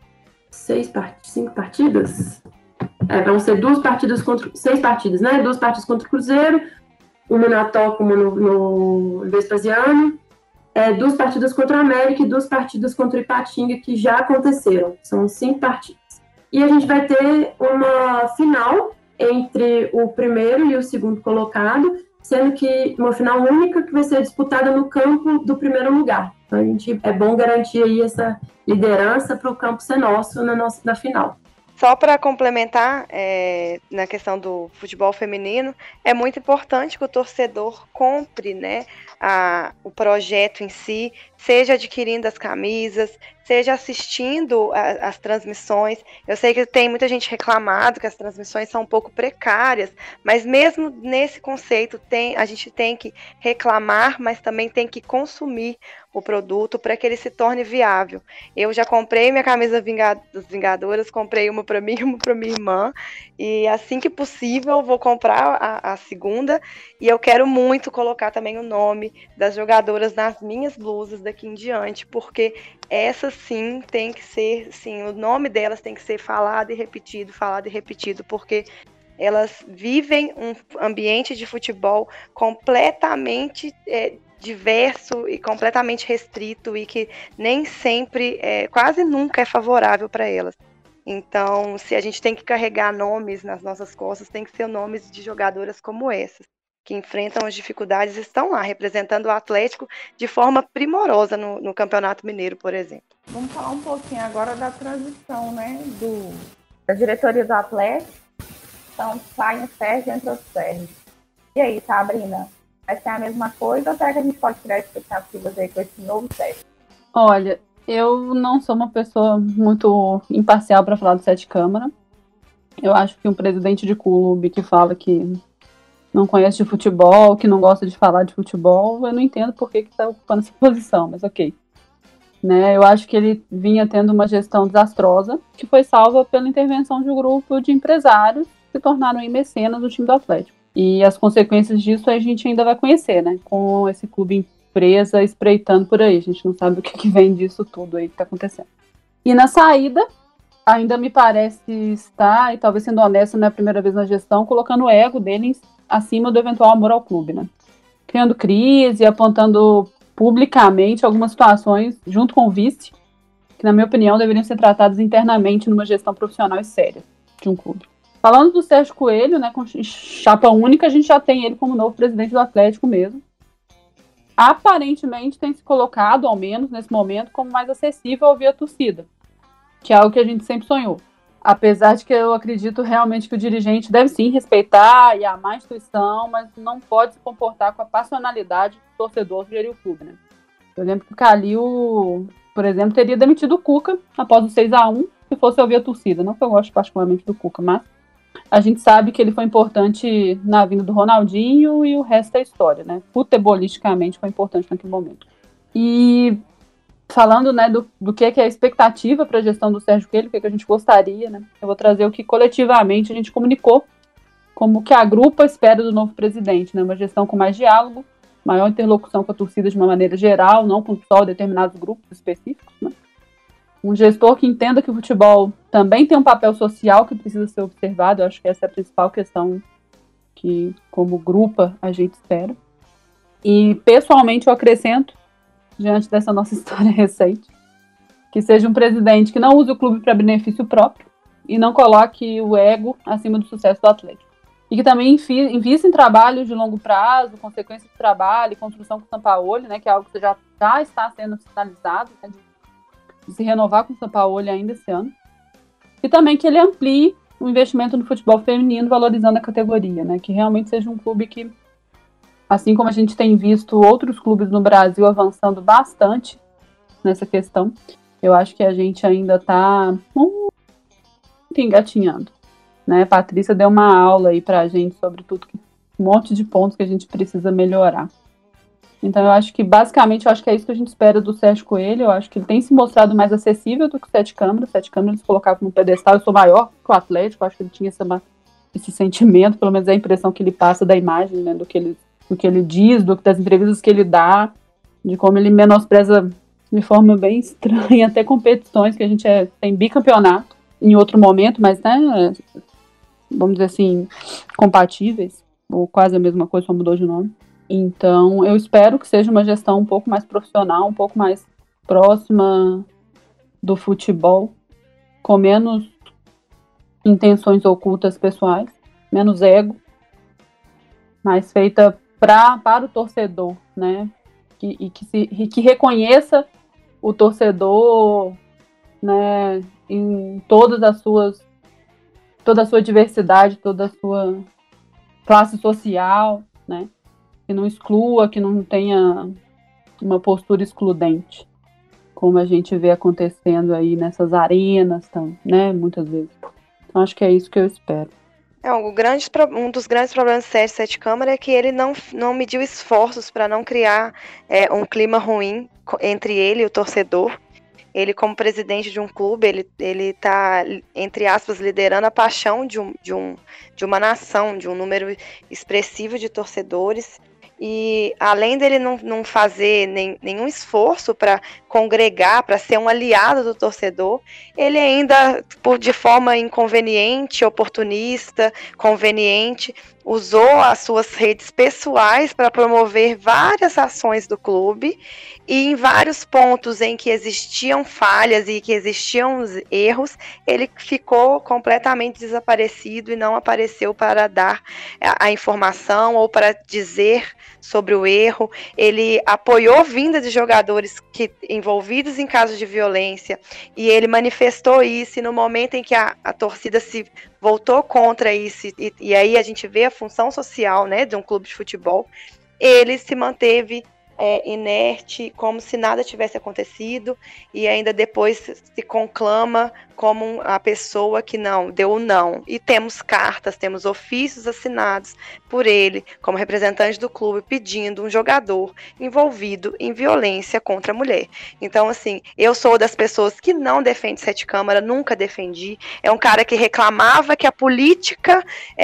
seis part- cinco partidas. É, vão ser duas partidas contra seis partidas, né? Duas partidas contra o Cruzeiro, uma na Toca, uma no, no Vespasiano. É, duas partidas contra o América e duas partidas contra o Ipatinga, que já aconteceram. São cinco partidas. E a gente vai ter uma final entre o primeiro e o segundo colocado, sendo que uma final única que vai ser disputada no campo do primeiro lugar. Então, a gente, é bom garantir aí essa liderança para o campo ser nosso na, nossa, na final. Só para complementar, é, na questão do futebol feminino, é muito importante que o torcedor compre, né, a, o projeto em si, seja adquirindo as camisas, seja assistindo a, as transmissões. Eu sei que tem muita gente reclamado que as transmissões são um pouco precárias, mas mesmo nesse conceito, tem, a gente tem que reclamar, mas também tem que consumir o produto para que ele se torne viável. Eu já comprei minha camisa Vingad- dos Vingadoras, comprei uma para mim e uma para minha irmã, e assim que possível vou comprar a, a segunda, e eu quero muito colocar também o nome das jogadoras nas minhas blusas daqui em diante, porque essas sim tem que ser, sim, o nome delas tem que ser falado e repetido, falado e repetido, porque elas vivem um ambiente de futebol completamente é, diverso e completamente restrito e que nem sempre, é, quase nunca é favorável para elas. Então, se a gente tem que carregar nomes nas nossas costas, tem que ser nomes de jogadoras como essas, que enfrentam as dificuldades e estão lá, representando o Atlético de forma primorosa no, no Campeonato Mineiro, por exemplo. Vamos falar um pouquinho agora da transição, né, do, da diretoria do Atlético. Então, sai o Sérgio, entra o Sérgio. E aí, Sabrina? Vai ser a mesma coisa ou será que a gente pode criar expectativas aí com esse novo Sérgio? Olha, eu não sou uma pessoa muito imparcial para falar do Sete Câmara. Eu acho que um presidente de clube que fala que não conhece de futebol, que não gosta de falar de futebol, eu não entendo por que está ocupando essa posição, mas ok. Né, eu acho que ele vinha tendo uma gestão desastrosa, que foi salva pela intervenção de um grupo de empresários que se tornaram aí mecenas do time do Atlético. E as consequências disso a gente ainda vai conhecer, né? Com esse clube empresa espreitando por aí. A gente não sabe o que, que vem disso tudo aí que está acontecendo. E na saída, ainda me parece estar, e talvez sendo honesto, não é a primeira vez na gestão, colocando o ego deles acima do eventual amor ao clube, né? Criando crise, apontando publicamente algumas situações, junto com o vice, que, na minha opinião, deveriam ser tratadas internamente numa gestão profissional e séria de um clube. Falando do Sérgio Coelho, né, com chapa única, a gente já tem ele como novo presidente do Atlético mesmo. Aparentemente tem se colocado, ao menos nesse momento, como mais acessível a ouvir a torcida, que é algo que a gente sempre sonhou. Apesar de que eu acredito realmente que o dirigente deve sim respeitar e amar a instituição, mas não pode se comportar com a passionalidade do torcedor que gerir o clube, né? Eu lembro que o Calil, por exemplo, teria demitido o Cuca após o seis a um, se fosse ouvir a torcida. Não que eu goste particularmente do Cuca, mas a gente sabe que ele foi importante na vinda do Ronaldinho e o resto é história, né? Futebolisticamente foi importante naquele momento. E falando, né, do, do que é a expectativa para a gestão do Sérgio Coelho, o que, é que a gente gostaria, né? Eu vou trazer o que coletivamente a gente comunicou como que a grupa espera do novo presidente, né? Uma gestão com mais diálogo, maior interlocução com a torcida de uma maneira geral, não com só determinados grupos específicos, né? Um gestor que entenda que o futebol também tem um papel social que precisa ser observado. Eu acho que essa é a principal questão que, como grupo, a gente espera. E, pessoalmente, eu acrescento, diante dessa nossa história recente, que seja um presidente que não use o clube para benefício próprio e não coloque o ego acima do sucesso do Atlético. E que também invista em trabalhos de longo prazo, consequência de trabalho, construção com o Sampaoli, né, que é algo que já, já está sendo sinalizado, né, de se renovar com o Sampaoli ainda esse ano. E também que ele amplie o investimento no futebol feminino, valorizando a categoria, né? Que realmente seja um clube que, assim como a gente tem visto outros clubes no Brasil avançando bastante nessa questão, eu acho que a gente ainda está muito engatinhando, né? A Patrícia deu uma aula aí pra gente sobre tudo, um monte de pontos que a gente precisa melhorar. Então eu acho que, basicamente, eu acho que é isso que a gente espera do Sérgio Coelho. Eu acho que ele tem se mostrado mais acessível do que o Sete Câmara. O Sete Câmara eles colocavam no pedestal, eu sou maior que o Atlético, eu acho que ele tinha essa, esse sentimento, pelo menos é a impressão que ele passa da imagem, né, do que ele, do que ele diz, do, das entrevistas que ele dá, de como ele menospreza de forma bem estranha até competições que a gente é, tem bicampeonato em outro momento, mas, né, vamos dizer assim, compatíveis, ou quase a mesma coisa, só mudou de nome. Então, eu espero que seja uma gestão um pouco mais profissional, um pouco mais próxima do futebol, com menos intenções ocultas pessoais, menos ego, mais feita pra, para o torcedor, né? Que, e que, se, e que reconheça o torcedor, né, em todas as suas, toda a sua diversidade, toda a sua classe social, né? Que não exclua, que não tenha uma postura excludente, como a gente vê acontecendo aí nessas arenas, tão, né, muitas vezes. Então, acho que é isso que eu espero. É, o grande, um dos grandes problemas do Sérgio Sete Câmara é que ele não, não mediu esforços para não criar é, um clima ruim entre ele e o torcedor. Ele, como presidente de um clube, ele ele está, entre aspas, liderando a paixão de, um, de, um, de uma nação, de um número expressivo de torcedores. E além dele não, não fazer nem, nenhum esforço para congregar, para ser um aliado do torcedor, ele ainda, por, de forma inconveniente, oportunista, conveniente, usou as suas redes pessoais para promover várias ações do clube, e em vários pontos em que existiam falhas e que existiam erros, ele ficou completamente desaparecido e não apareceu para dar a, a informação ou para dizer sobre o erro. Ele apoiou vinda de jogadores que, envolvidos em casos de violência, e ele manifestou isso, e no momento em que a, a torcida se voltou contra isso, e, e aí a gente vê a função social, né, de um clube de futebol, ele se manteve é, inerte, como se nada tivesse acontecido, e ainda depois se conclama como a pessoa que não, deu o não. E temos cartas, temos ofícios assinados por ele, como representante do clube, pedindo um jogador envolvido em violência contra a mulher. Então, assim, eu sou das pessoas que não defende Sete Câmara, nunca defendi. É um cara que reclamava que a política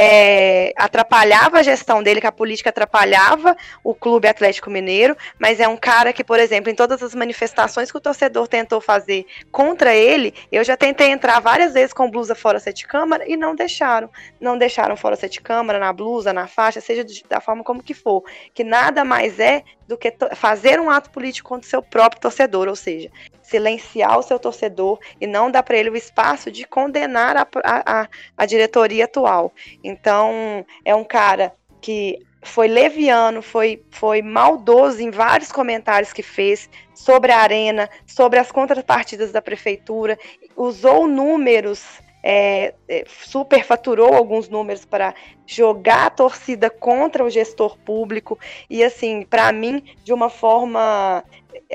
é, atrapalhava a gestão dele, que a política atrapalhava o Clube Atlético Mineiro, mas é um cara que, por exemplo, em todas as manifestações que o torcedor tentou fazer contra ele, eu já tentei entrar várias vezes com blusa fora Sete Câmara e não deixaram. Não deixaram fora Sete Câmara, na blusa, na faixa, seja da forma como que for. Que nada mais é do que fazer um ato político contra o seu próprio torcedor, ou seja, silenciar o seu torcedor e não dar para ele o espaço de condenar a, a, a diretoria atual. Então, é um cara que foi leviano, foi, foi maldoso em vários comentários que fez sobre a arena, sobre as contrapartidas da prefeitura, usou números, é, superfaturou alguns números para jogar a torcida contra o gestor público, e assim, para mim, de uma forma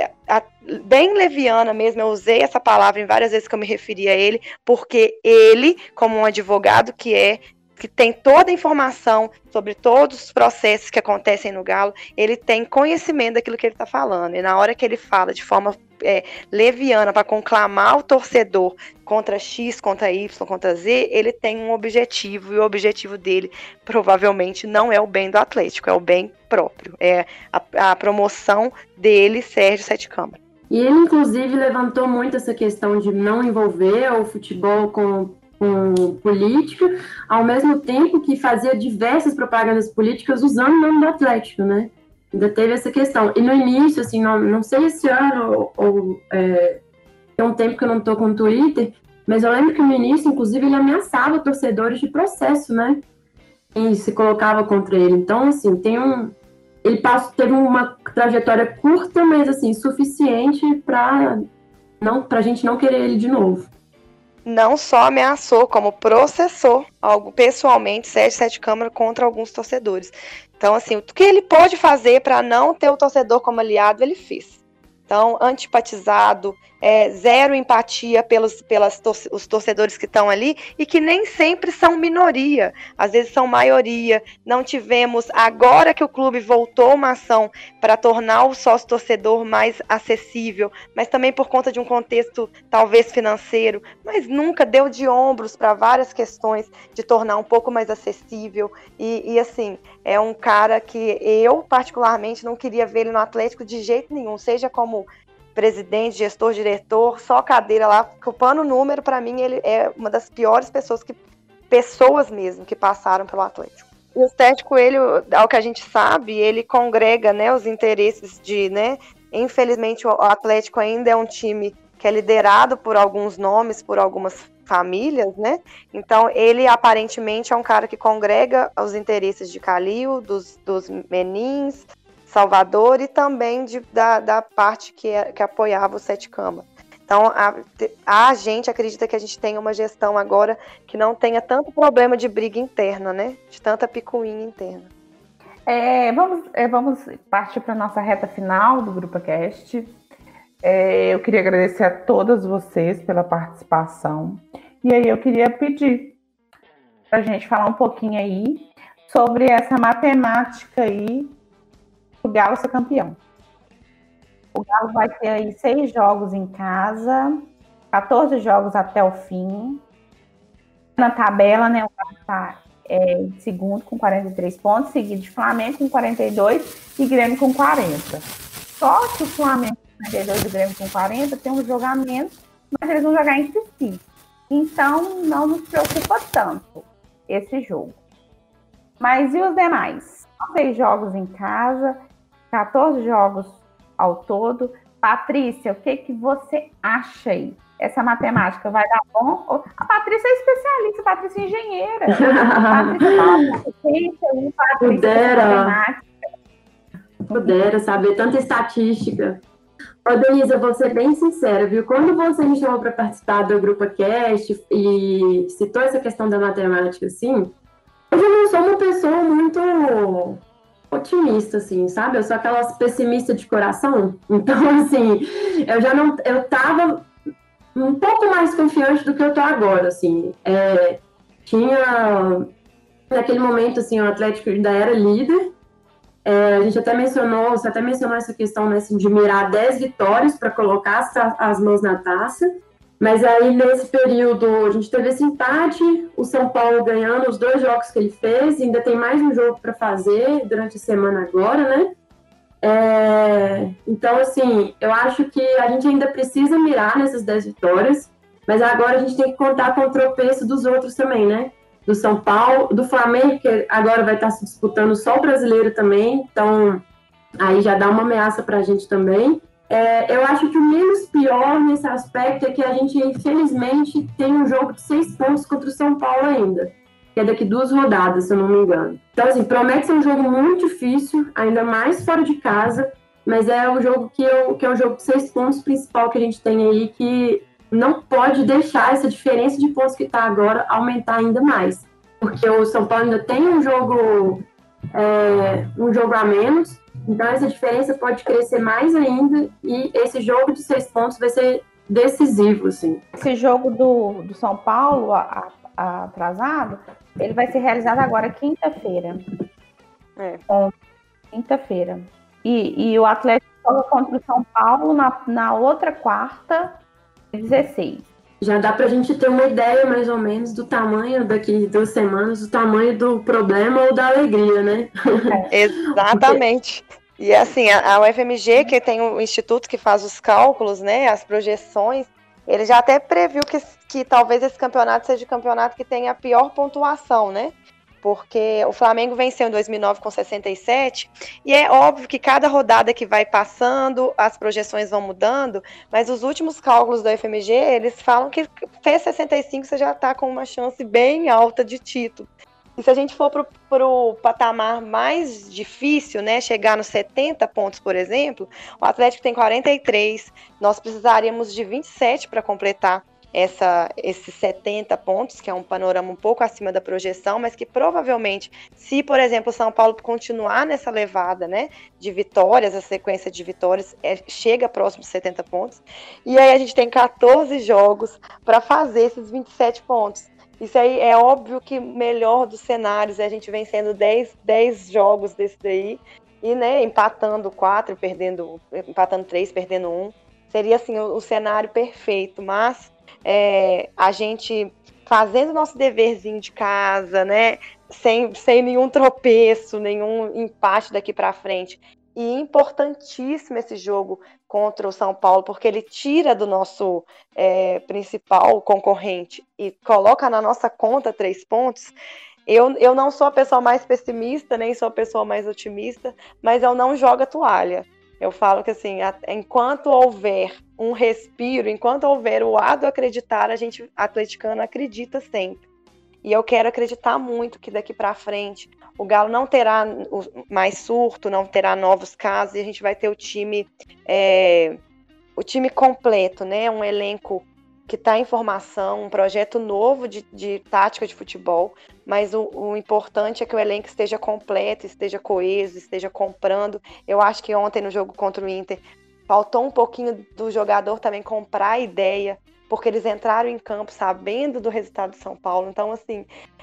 bem leviana mesmo, eu usei essa palavra em várias vezes que eu me referi a ele, porque ele, como um advogado que é, que tem toda a informação sobre todos os processos que acontecem no Galo, ele tem conhecimento daquilo que ele está falando. E na hora que ele fala de forma é, leviana para conclamar o torcedor contra X, contra Y, contra Z, ele tem um objetivo, e o objetivo dele provavelmente não é o bem do Atlético, é o bem próprio. É a, a promoção dele, Sérgio Sete Câmara. E ele, inclusive, levantou muito essa questão de não envolver o futebol com com política, ao mesmo tempo que fazia diversas propagandas políticas usando o nome do Atlético, né? Ainda teve essa questão. E no início, assim, não, não sei esse ano, ou é, tem um tempo que eu não estou com o Twitter, mas eu lembro que no início, inclusive, ele ameaçava torcedores de processo, né? E se colocava contra ele. Então, assim, tem um... Ele passou, teve uma trajetória curta, mas, assim, suficiente para não, pra gente não querer ele de novo. Não só ameaçou, como processou algo pessoalmente, Sérgio Sete Câmara, contra alguns torcedores. Então, assim, o que ele pôde fazer para não ter o torcedor como aliado, ele fez. Então, antipatizado, é, zero empatia pelos pelas torce- os torcedores que estão ali e que nem sempre são minoria, às vezes são maioria. Não tivemos, agora que o clube voltou uma ação para tornar o sócio-torcedor mais acessível, mas também por conta de um contexto talvez financeiro, mas nunca deu de ombros para várias questões de tornar um pouco mais acessível. E, e assim, é um cara que eu particularmente não queria ver ele no Atlético de jeito nenhum, seja como presidente, gestor, diretor, só cadeira lá, ocupando o número. Para mim ele é uma das piores pessoas, que pessoas mesmo, que passaram pelo Atlético. E o Sérgio Coelho, ao que a gente sabe, ele congrega, né, os interesses de, né, infelizmente o Atlético ainda é um time que é liderado por alguns nomes, por algumas famílias, né? Então ele aparentemente é um cara que congrega os interesses de Calil, dos, dos Menins, Salvador e também de, da, da parte que, é, que apoiava o Sete Câmara. Então a, a gente acredita que a gente tenha uma gestão agora que não tenha tanto problema de briga interna, né? De tanta picuinha interna. É, vamos, é, vamos partir para a nossa reta final do GrupaCast. É, eu queria agradecer a todas vocês pela participação. E aí eu queria pedir para a gente falar um pouquinho aí sobre essa matemática aí do Galo ser campeão. O Galo vai ter aí seis jogos em casa, quatorze jogos até o fim. Na tabela, né, o Galo está é, em segundo com quarenta e três pontos, seguido de Flamengo com quarenta e dois e Grêmio com quarenta. Só que o Flamengo com quarenta e dois e o Grêmio com quarenta tem um jogo a menos, mas eles vão jogar entre si. Então, não nos preocupa tanto esse jogo. Mas e os demais? Seis jogos em casa, quatorze jogos ao todo. Patrícia, o que, que você acha aí? Essa matemática vai dar bom? A Patrícia é especialista, a Patrícia é engenheira. A Patrícia fala, Patrícia, Patrícia é matemática. Pudera saber tanta estatística. Ô, Denise, eu vou ser bem sincera, viu? Quando você me chamou para participar do GrupaCast e citou essa questão da matemática, assim, eu já não sou uma pessoa muito otimista, assim, sabe? Eu sou aquela pessimista de coração. Então, assim, eu já não... Eu tava um pouco mais confiante do que eu tô agora, assim. É, tinha... Naquele momento, assim, o Atlético ainda era líder. É, a gente até mencionou, você até mencionou essa questão, né, assim, de mirar dez vitórias para colocar as, as mãos na taça, mas aí nesse período a gente teve esse empate, o São Paulo ganhando os dois jogos que ele fez, ainda tem mais um jogo para fazer durante a semana agora, né? É, então, assim, eu acho que a gente ainda precisa mirar nessas dez vitórias, mas agora a gente tem que contar com o tropeço dos outros também, né? Do São Paulo, do Flamengo, que agora vai estar se disputando só o brasileiro também, então aí já dá uma ameaça para a gente também. É, eu acho que o menos pior nesse aspecto é que a gente, infelizmente, tem um jogo de seis pontos contra o São Paulo ainda, que é daqui duas rodadas, se eu não me engano. Então, assim, promete ser um jogo muito difícil, ainda mais fora de casa, mas é o jogo que, eu, que é o jogo de seis pontos principal que a gente tem aí, que não pode deixar essa diferença de pontos que está agora aumentar ainda mais, porque o São Paulo ainda tem um jogo é, um jogo a menos, então essa diferença pode crescer mais ainda e esse jogo de seis pontos vai ser decisivo, assim. Esse jogo do, do São Paulo a, a, atrasado, ele vai ser realizado agora quinta-feira. É. Quinta-feira. E, e o Atlético joga contra o São Paulo na, na outra quarta, dezesseis. Já dá pra gente ter uma ideia, mais ou menos, do tamanho daqui duas semanas, do tamanho do problema ou da alegria, né? É. Exatamente. E assim, a, a U F M G, que tem um instituto que faz os cálculos, né, as projeções, ele já até previu que, que talvez esse campeonato seja o campeonato que tenha a pior pontuação, né? Porque o Flamengo venceu em dois mil e nove com sessenta e sete, e é óbvio que cada rodada que vai passando, as projeções vão mudando, mas os últimos cálculos da U F M G, eles falam que fez sessenta e cinco, você já está com uma chance bem alta de título. E se a gente for para o patamar mais difícil, né, chegar nos setenta pontos, por exemplo, o Atlético tem quarenta e três, nós precisaríamos de vinte e sete para completar essa, esses setenta pontos, que é um panorama um pouco acima da projeção, mas que provavelmente, se, por exemplo, o São Paulo continuar nessa levada, né, de vitórias, a sequência de vitórias, é, chega próximo de setenta pontos, e aí a gente tem quatorze jogos para fazer esses vinte e sete pontos. Isso aí é óbvio que melhor dos cenários, a gente vencendo dez, dez jogos desse daí, e, né, empatando quatro, perdendo, empatando três, perdendo um, seria assim o, o cenário perfeito, mas é, a gente fazendo o nosso deverzinho de casa, né, sem, sem nenhum tropeço, nenhum empate daqui para frente. E importantíssimo esse jogo contra o São Paulo, porque ele tira do nosso é, principal concorrente e coloca na nossa conta três pontos. Eu, eu não sou a pessoa mais pessimista, nem sou a pessoa mais otimista, mas eu não jogo a toalha. Eu falo que, assim, a, enquanto houver um respiro, enquanto houver o ar do acreditar, a gente, atleticano, acredita sempre. E eu quero acreditar muito que daqui para frente o Galo não terá mais surto, não terá novos casos, e a gente vai ter o time, é, o time completo, né? Um elenco que está em formação, um projeto novo de, de tática de futebol, mas o, o importante é que o elenco esteja completo, esteja coeso, esteja comprando. Eu acho que ontem no jogo contra o Inter faltou um pouquinho do jogador também comprar a ideia, porque eles entraram em campo sabendo do resultado de São Paulo. Então, assim,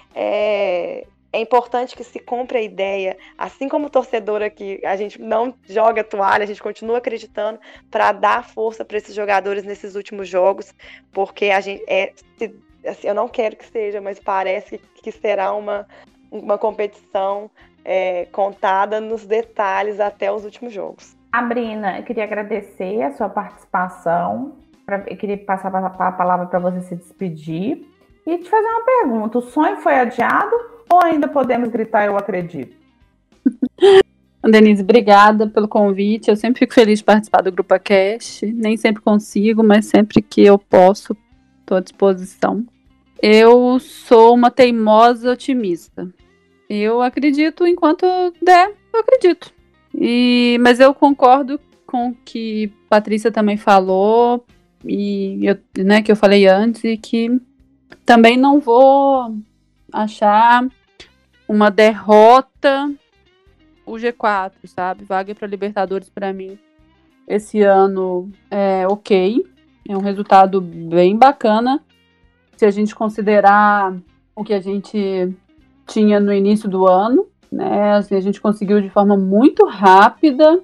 é, é importante que se compre a ideia, assim como o torcedor aqui, a gente não joga a toalha, a gente continua acreditando para dar força para esses jogadores nesses últimos jogos, porque a gente é, se, assim, eu não quero que seja, mas parece que será uma, uma competição é, contada nos detalhes até os últimos jogos. Sabrina, eu queria agradecer a sua participação. Eu queria passar a palavra para você se despedir e te fazer uma pergunta. O sonho foi adiado ou ainda podemos gritar eu acredito? Denise, obrigada pelo convite. Eu sempre fico feliz de participar do Grupo Cast. Nem sempre consigo, mas sempre que eu posso, estou à disposição. Eu sou uma teimosa otimista. Eu acredito enquanto der, eu acredito. E, mas eu concordo com o que Patrícia também falou, e eu, né, que eu falei antes, e que também não vou achar uma derrota o G quatro, sabe? Vaga para Libertadores para mim esse ano é ok, é um resultado bem bacana se a gente considerar o que a gente tinha no início do ano, né? Assim, a gente conseguiu de forma muito rápida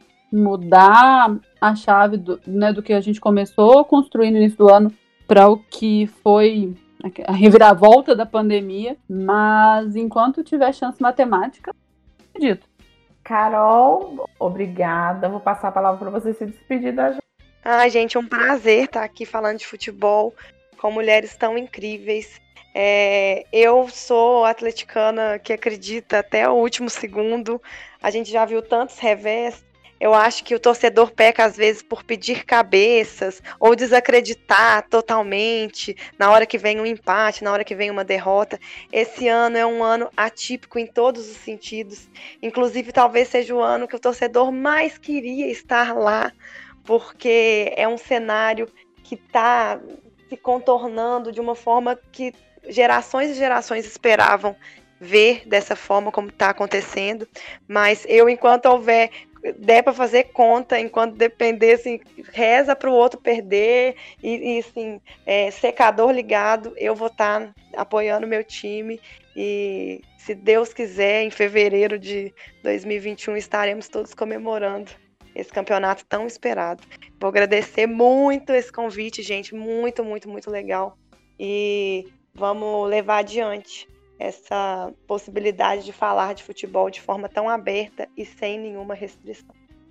mudar a chave do, né, do que a gente começou a construir no início do ano para o que foi a reviravolta da pandemia, mas enquanto tiver chance matemática, acredito. Carol, obrigada. Vou passar a palavra para você se despedir da gente. Ai, gente, é um prazer estar aqui falando de futebol com mulheres tão incríveis. É, eu sou atleticana que acredita até o último segundo. A gente já viu tantos revés. Eu acho que o torcedor peca às vezes por pedir cabeças ou desacreditar totalmente na hora que vem um empate, na hora que vem uma derrota. Esse ano é um ano atípico em todos os sentidos. Inclusive, talvez seja o ano que o torcedor mais queria estar lá, porque é um cenário que está se contornando de uma forma que gerações e gerações esperavam ver dessa forma como está acontecendo. Mas eu, enquanto houver der para fazer conta, enquanto depender, assim, reza para o outro perder e, e assim, é, secador ligado, eu vou estar tá apoiando meu time e, se Deus quiser, em fevereiro de dois mil e vinte e um estaremos todos comemorando esse campeonato tão esperado. Vou agradecer muito esse convite, gente, muito, muito, muito legal, e vamos levar adiante essa possibilidade de falar de futebol de forma tão aberta e sem nenhuma restrição.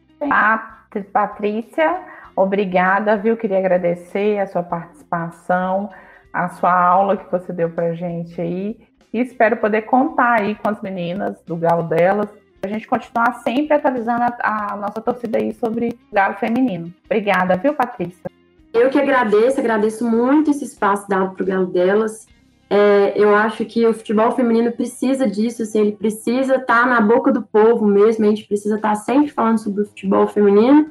Patrícia, obrigada, viu? Queria agradecer a sua participação, a sua aula que você deu pra gente aí, e espero poder contar aí com as meninas do Galo delas, pra gente continuar sempre atualizando a, a nossa torcida aí sobre o Galo feminino. Obrigada, viu, Patrícia? Eu que agradeço, agradeço muito esse espaço dado pro Galo delas. É, eu acho que o futebol feminino precisa disso, assim, ele precisa estar na boca do povo mesmo, a gente precisa estar sempre falando sobre o futebol feminino.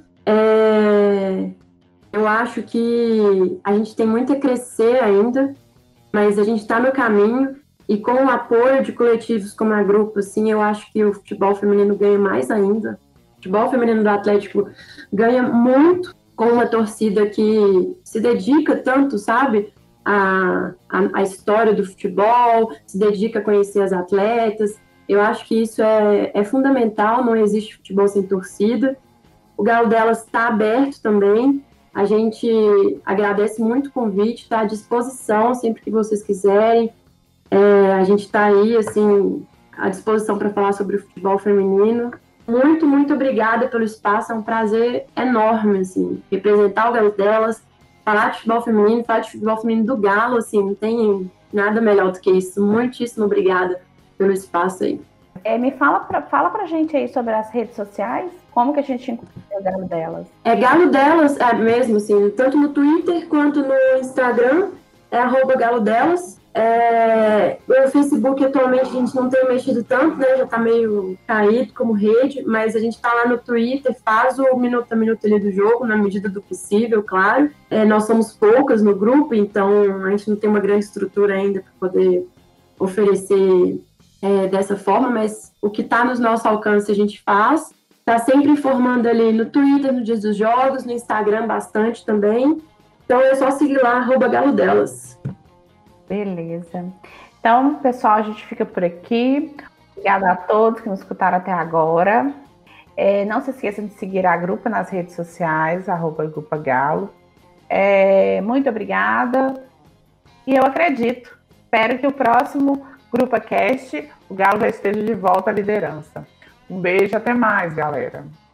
É, eu acho que a gente tem muito a crescer ainda, mas a gente está no caminho, e com o apoio de coletivos como a Grupo, assim, eu acho que o futebol feminino ganha mais ainda. O futebol feminino do Atlético ganha muito com uma torcida que se dedica tanto, sabe? A, a, a história do futebol, se dedica a conhecer as atletas. Eu acho que isso é, é fundamental, não existe futebol sem torcida. O Galo Delas está aberto também. A gente agradece muito o convite, está à disposição sempre que vocês quiserem. É, a gente está aí, assim, à disposição para falar sobre o futebol feminino. Muito, muito obrigada pelo espaço, é um prazer enorme, assim, representar o Galo Delas, falar de futebol feminino, falar de futebol feminino do Galo, assim, não tem nada melhor do que isso. Muitíssimo obrigada pelo espaço aí. É, me fala pra, fala pra gente aí sobre as redes sociais, como que a gente encontra o Galo Delas? É Galo Delas, é mesmo, assim, tanto no Twitter quanto no Instagram, é arroba Galo Delas. É, o Facebook atualmente a gente não tem mexido tanto, né? Já tá meio caído como rede, mas a gente tá lá no Twitter, faz o minuto a minuto ali do jogo, na medida do possível, claro. É, nós somos poucas no grupo, então a gente não tem uma grande estrutura ainda para poder oferecer é, dessa forma, mas o que tá nos nossos alcances a gente faz. Tá sempre informando ali no Twitter, no dia dos jogos, no Instagram bastante também. Então é só seguir lá, arroba Galo Delas. Beleza. Então, pessoal, a gente fica por aqui. Obrigada a todos que nos escutaram até agora. É, não se esqueçam de seguir a Grupa nas redes sociais, arroba Grupa Galo. É, muito obrigada. E eu acredito, espero que o próximo Grupa Cast, o Galo já esteja de volta à liderança. Um beijo, até mais, galera.